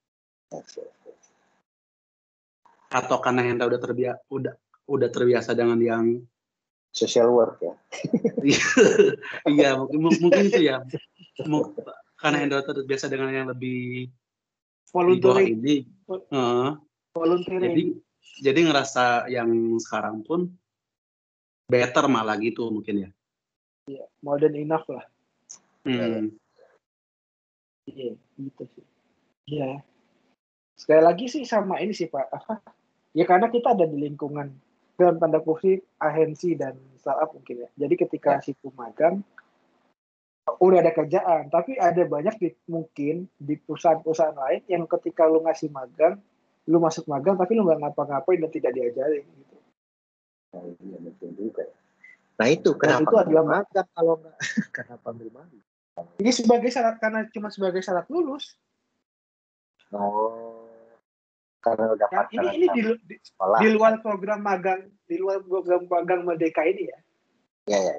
[SPEAKER 3] Atau karena Hendra udah terbiasa udah udah terbiasa dengan yang
[SPEAKER 1] social work ya?
[SPEAKER 3] Iya mungkin mungkin itu ya. Karena Hendra terbiasa dengan yang lebih di bawah ini. Uh, jadi jadi ngerasa yang sekarang pun better malah gitu mungkin ya.
[SPEAKER 2] Iya, modern enough lah.
[SPEAKER 3] Hmm.
[SPEAKER 2] Iya, gitu sih. Iya. Sekali lagi sih sama ini sih Pak. Apa? Ya karena kita ada di lingkungan dalam tanda kutip agensi dan startup mungkin ya. Jadi ketika ya. situ magang udah ada kerjaan, tapi ada banyak di, mungkin di perusahaan-perusahaan lain yang ketika lu ngasih magang, lu masuk magang tapi lu nggak ngapa-ngapain dan tidak diajarin gitu.
[SPEAKER 1] Nah, iya betul juga. Nah itu kenapa
[SPEAKER 2] itu adalah
[SPEAKER 1] magang kalau nggak kenapa ambil magang?
[SPEAKER 2] Ini sebagai syarat karena cuma sebagai syarat lulus.
[SPEAKER 1] Oh, karena udah
[SPEAKER 2] nah, ini ini di, di, di luar program magang, di luar program magang Merdeka ini ya.
[SPEAKER 1] Ya ya.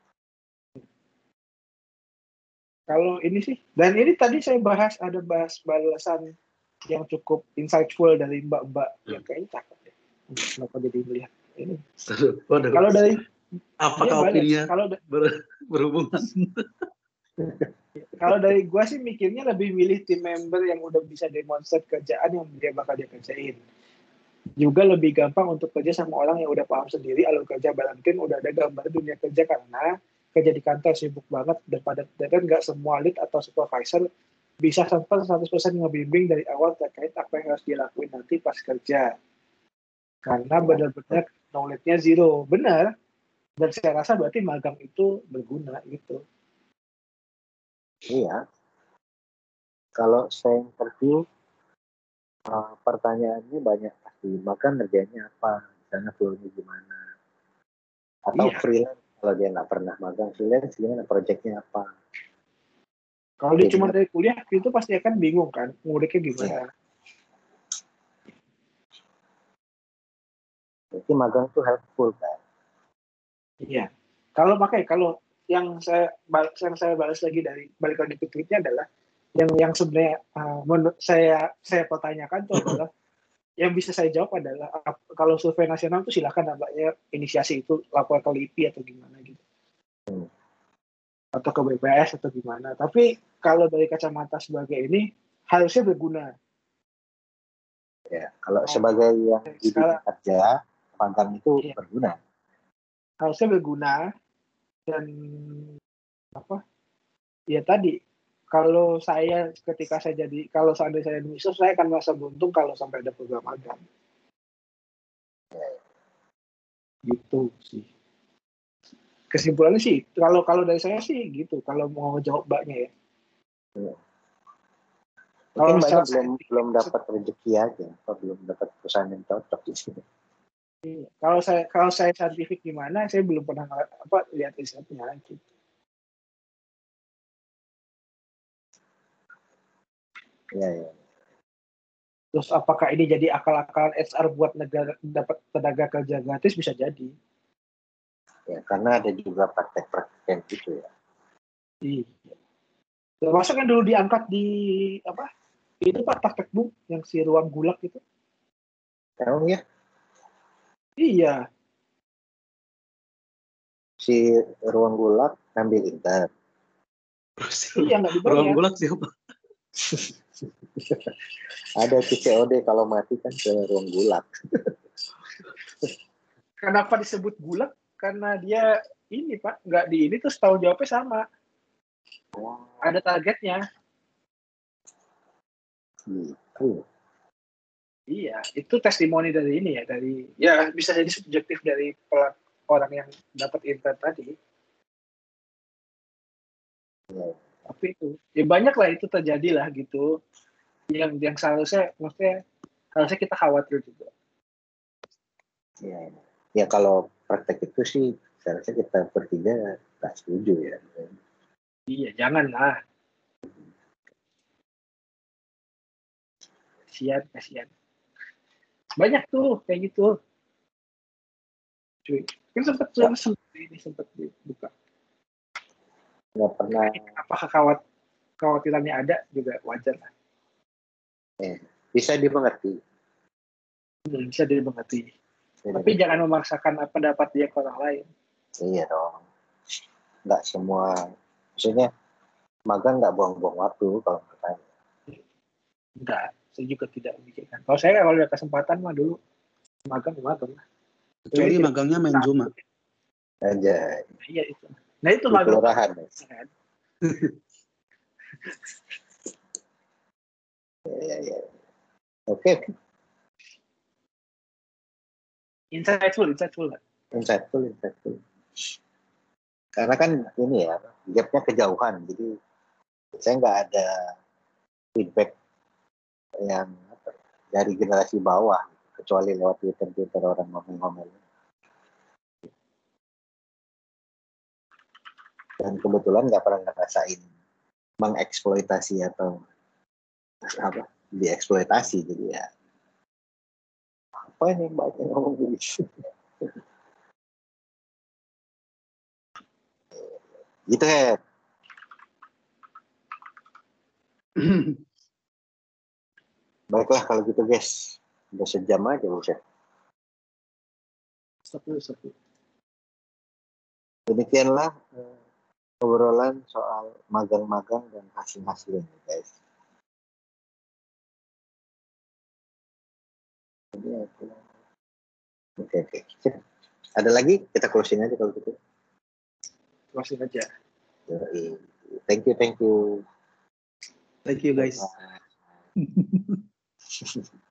[SPEAKER 2] Kalau ini sih, dan ini tadi saya bahas ada bahas balasan yang cukup insightful dari mbak-mbak hmm. yang kayaknya cakep deh. Kenapa jadi melihat ini?
[SPEAKER 3] Waduh.
[SPEAKER 2] Kalau dari
[SPEAKER 3] apakah opininya kalau da- ber, berhubungan?
[SPEAKER 2] Kalau dari gua sih mikirnya lebih milih tim member yang udah bisa demonstrate kerjaan yang dia bakal dia kerjain. Juga lebih gampang untuk kerja sama orang yang udah paham sendiri alur kerja bareng tim, udah ada gambar dunia kerja karena kerja di kantor sibuk banget dan pada dan nggak semua lead atau supervisor bisa sampai seratus persen ngebimbing dari awal terkait apa yang harus dilakuin nanti pas kerja. Karena benar-benar knowledge-nya zero. Benar. Dan saya rasa berarti magang itu berguna gitu.
[SPEAKER 1] Iya. Kalau saya interview uh, pertanyaannya banyak pasti. Makan kerjanya apa? Misalnya flow-nya gimana? Atau iya. freelance kalau dia nggak pernah magang freelance gimana? Project-nya apa?
[SPEAKER 2] Kalau dia cuma dari kuliah itu pasti akan bingung kan, ngudeknya gimana? Iya.
[SPEAKER 4] Jadi magang tuh helpful kan.
[SPEAKER 2] Iya. Kalau pakai kalau yang saya bal- yang saya balas lagi dari balik lagi ke tweetnya adalah yang yang sebenarnya uh, menurut saya saya pertanyakan itu adalah yang bisa saya jawab adalah ap- kalau survei nasional itu silakan nampaknya inisiasi itu lapor ke L I P I atau gimana gitu.
[SPEAKER 4] Hmm.
[SPEAKER 2] Atau ke B P S atau gimana. Tapi kalau dari kacamata sebagai ini harusnya berguna.
[SPEAKER 4] Ya, kalau sebagai yang di dunia kerja, magang itu
[SPEAKER 2] Iya.
[SPEAKER 4] berguna.
[SPEAKER 2] Harusnya berguna dan apa? Ya tadi kalau saya ketika saya jadi kalau seandainya saya di Microsoft saya akan merasa beruntung kalau sampai ada program magang. Gitu sih. Kesimpulannya sih kalau kalau dari saya sih gitu kalau mau jawab mbaknya ya.
[SPEAKER 4] Ya.
[SPEAKER 2] Kalau
[SPEAKER 4] Mungkin banyak
[SPEAKER 2] secara
[SPEAKER 4] belum
[SPEAKER 2] saintifik,
[SPEAKER 4] belum dapat rezeki aja, atau belum dapat perusahaan yang cocok di sini.
[SPEAKER 2] kalau saya kalau saya saintifik gimana saya belum pernah apa lihat risetnya gitu.
[SPEAKER 4] Ya, ya.
[SPEAKER 2] Terus apakah ini jadi akal-akalan H R buat negara dapat tenaga kerja gratis bisa jadi.
[SPEAKER 4] Ya, karena ada juga praktek-praktek gitu ya.
[SPEAKER 2] Iya. Termasuk yang dulu diangkat di apa? Itu Pak praktek bu yang si ruang gulak itu.
[SPEAKER 4] Emang ya?
[SPEAKER 2] Iya.
[SPEAKER 4] Si ruang gulak ngambil inter.
[SPEAKER 2] Iya nggak dibayar.
[SPEAKER 3] Ruang gulak siapa?
[SPEAKER 4] Ada si C O D kalau mati kan ke ruang gulak.
[SPEAKER 2] Kenapa disebut gulak? Karena dia ini Pak nggak di ini terus tahu jawabnya sama. Ada targetnya.
[SPEAKER 4] Gitu.
[SPEAKER 2] Iya, itu testimoni dari ini ya, dari ya bisa jadi subjektif dari orang yang dapat inter tadi.
[SPEAKER 4] Ya.
[SPEAKER 2] Tapi itu, ya banyak lah itu terjadi lah gitu. Yang yang seharusnya, maksudnya harusnya kita khawatir juga.
[SPEAKER 4] Ya, ya kalau praktek itu sih, seharusnya kita bertiga tak setuju ya.
[SPEAKER 2] Iya, janganlah. Kasian, kasian. Banyak tuh kayak gitu. Cuy, kan sempat ya. sempat ini sempat dibuka.
[SPEAKER 4] Nggak pernah.
[SPEAKER 2] Apakah khawat kekhawatirannya ada juga wajar lah.
[SPEAKER 4] Eh, bisa dimengerti.
[SPEAKER 2] Hmm, bisa dimengerti.
[SPEAKER 4] Ya,
[SPEAKER 2] tapi ya. Jangan memaksakan pendapat dia ke orang lain.
[SPEAKER 4] Iya dong. Nggak semua, maksudnya magang nggak buang-buang waktu kalau bertanya.
[SPEAKER 2] Enggak, saya juga tidak memikirkan. Kalau saya kalau ada kesempatan mah dulu magang magang.
[SPEAKER 3] Kecuali magangnya main Zuma.
[SPEAKER 4] Aja.
[SPEAKER 2] Iya itu. Nah itu
[SPEAKER 4] di
[SPEAKER 2] magang.
[SPEAKER 4] Kelurahan. Ya, ya, ya. Oke. Okay.
[SPEAKER 2] Insightful, insightful.
[SPEAKER 4] Insightful, insightful. Karena kan ini ya, gapnya kejauhan, jadi saya nggak ada feedback yang apa, dari generasi bawah, kecuali lewat Twitter-Twitter orang ngomel-ngomel. Dan kebetulan nggak pernah ngerasain mengeksploitasi atau apa dieksploitasi, jadi ya apa ini mbak yang ngomong begitu gitu ya. Baiklah kalau gitu guys, udah sejam aja buset.
[SPEAKER 2] Satu satu.
[SPEAKER 4] Demikianlah uh, obrolan soal magang-magang dan hasil-hasilnya guys. Oke oke. Ada lagi kita closing aja kalau gitu.
[SPEAKER 2] Closing aja.
[SPEAKER 4] Thank you thank you.
[SPEAKER 3] Thank you guys.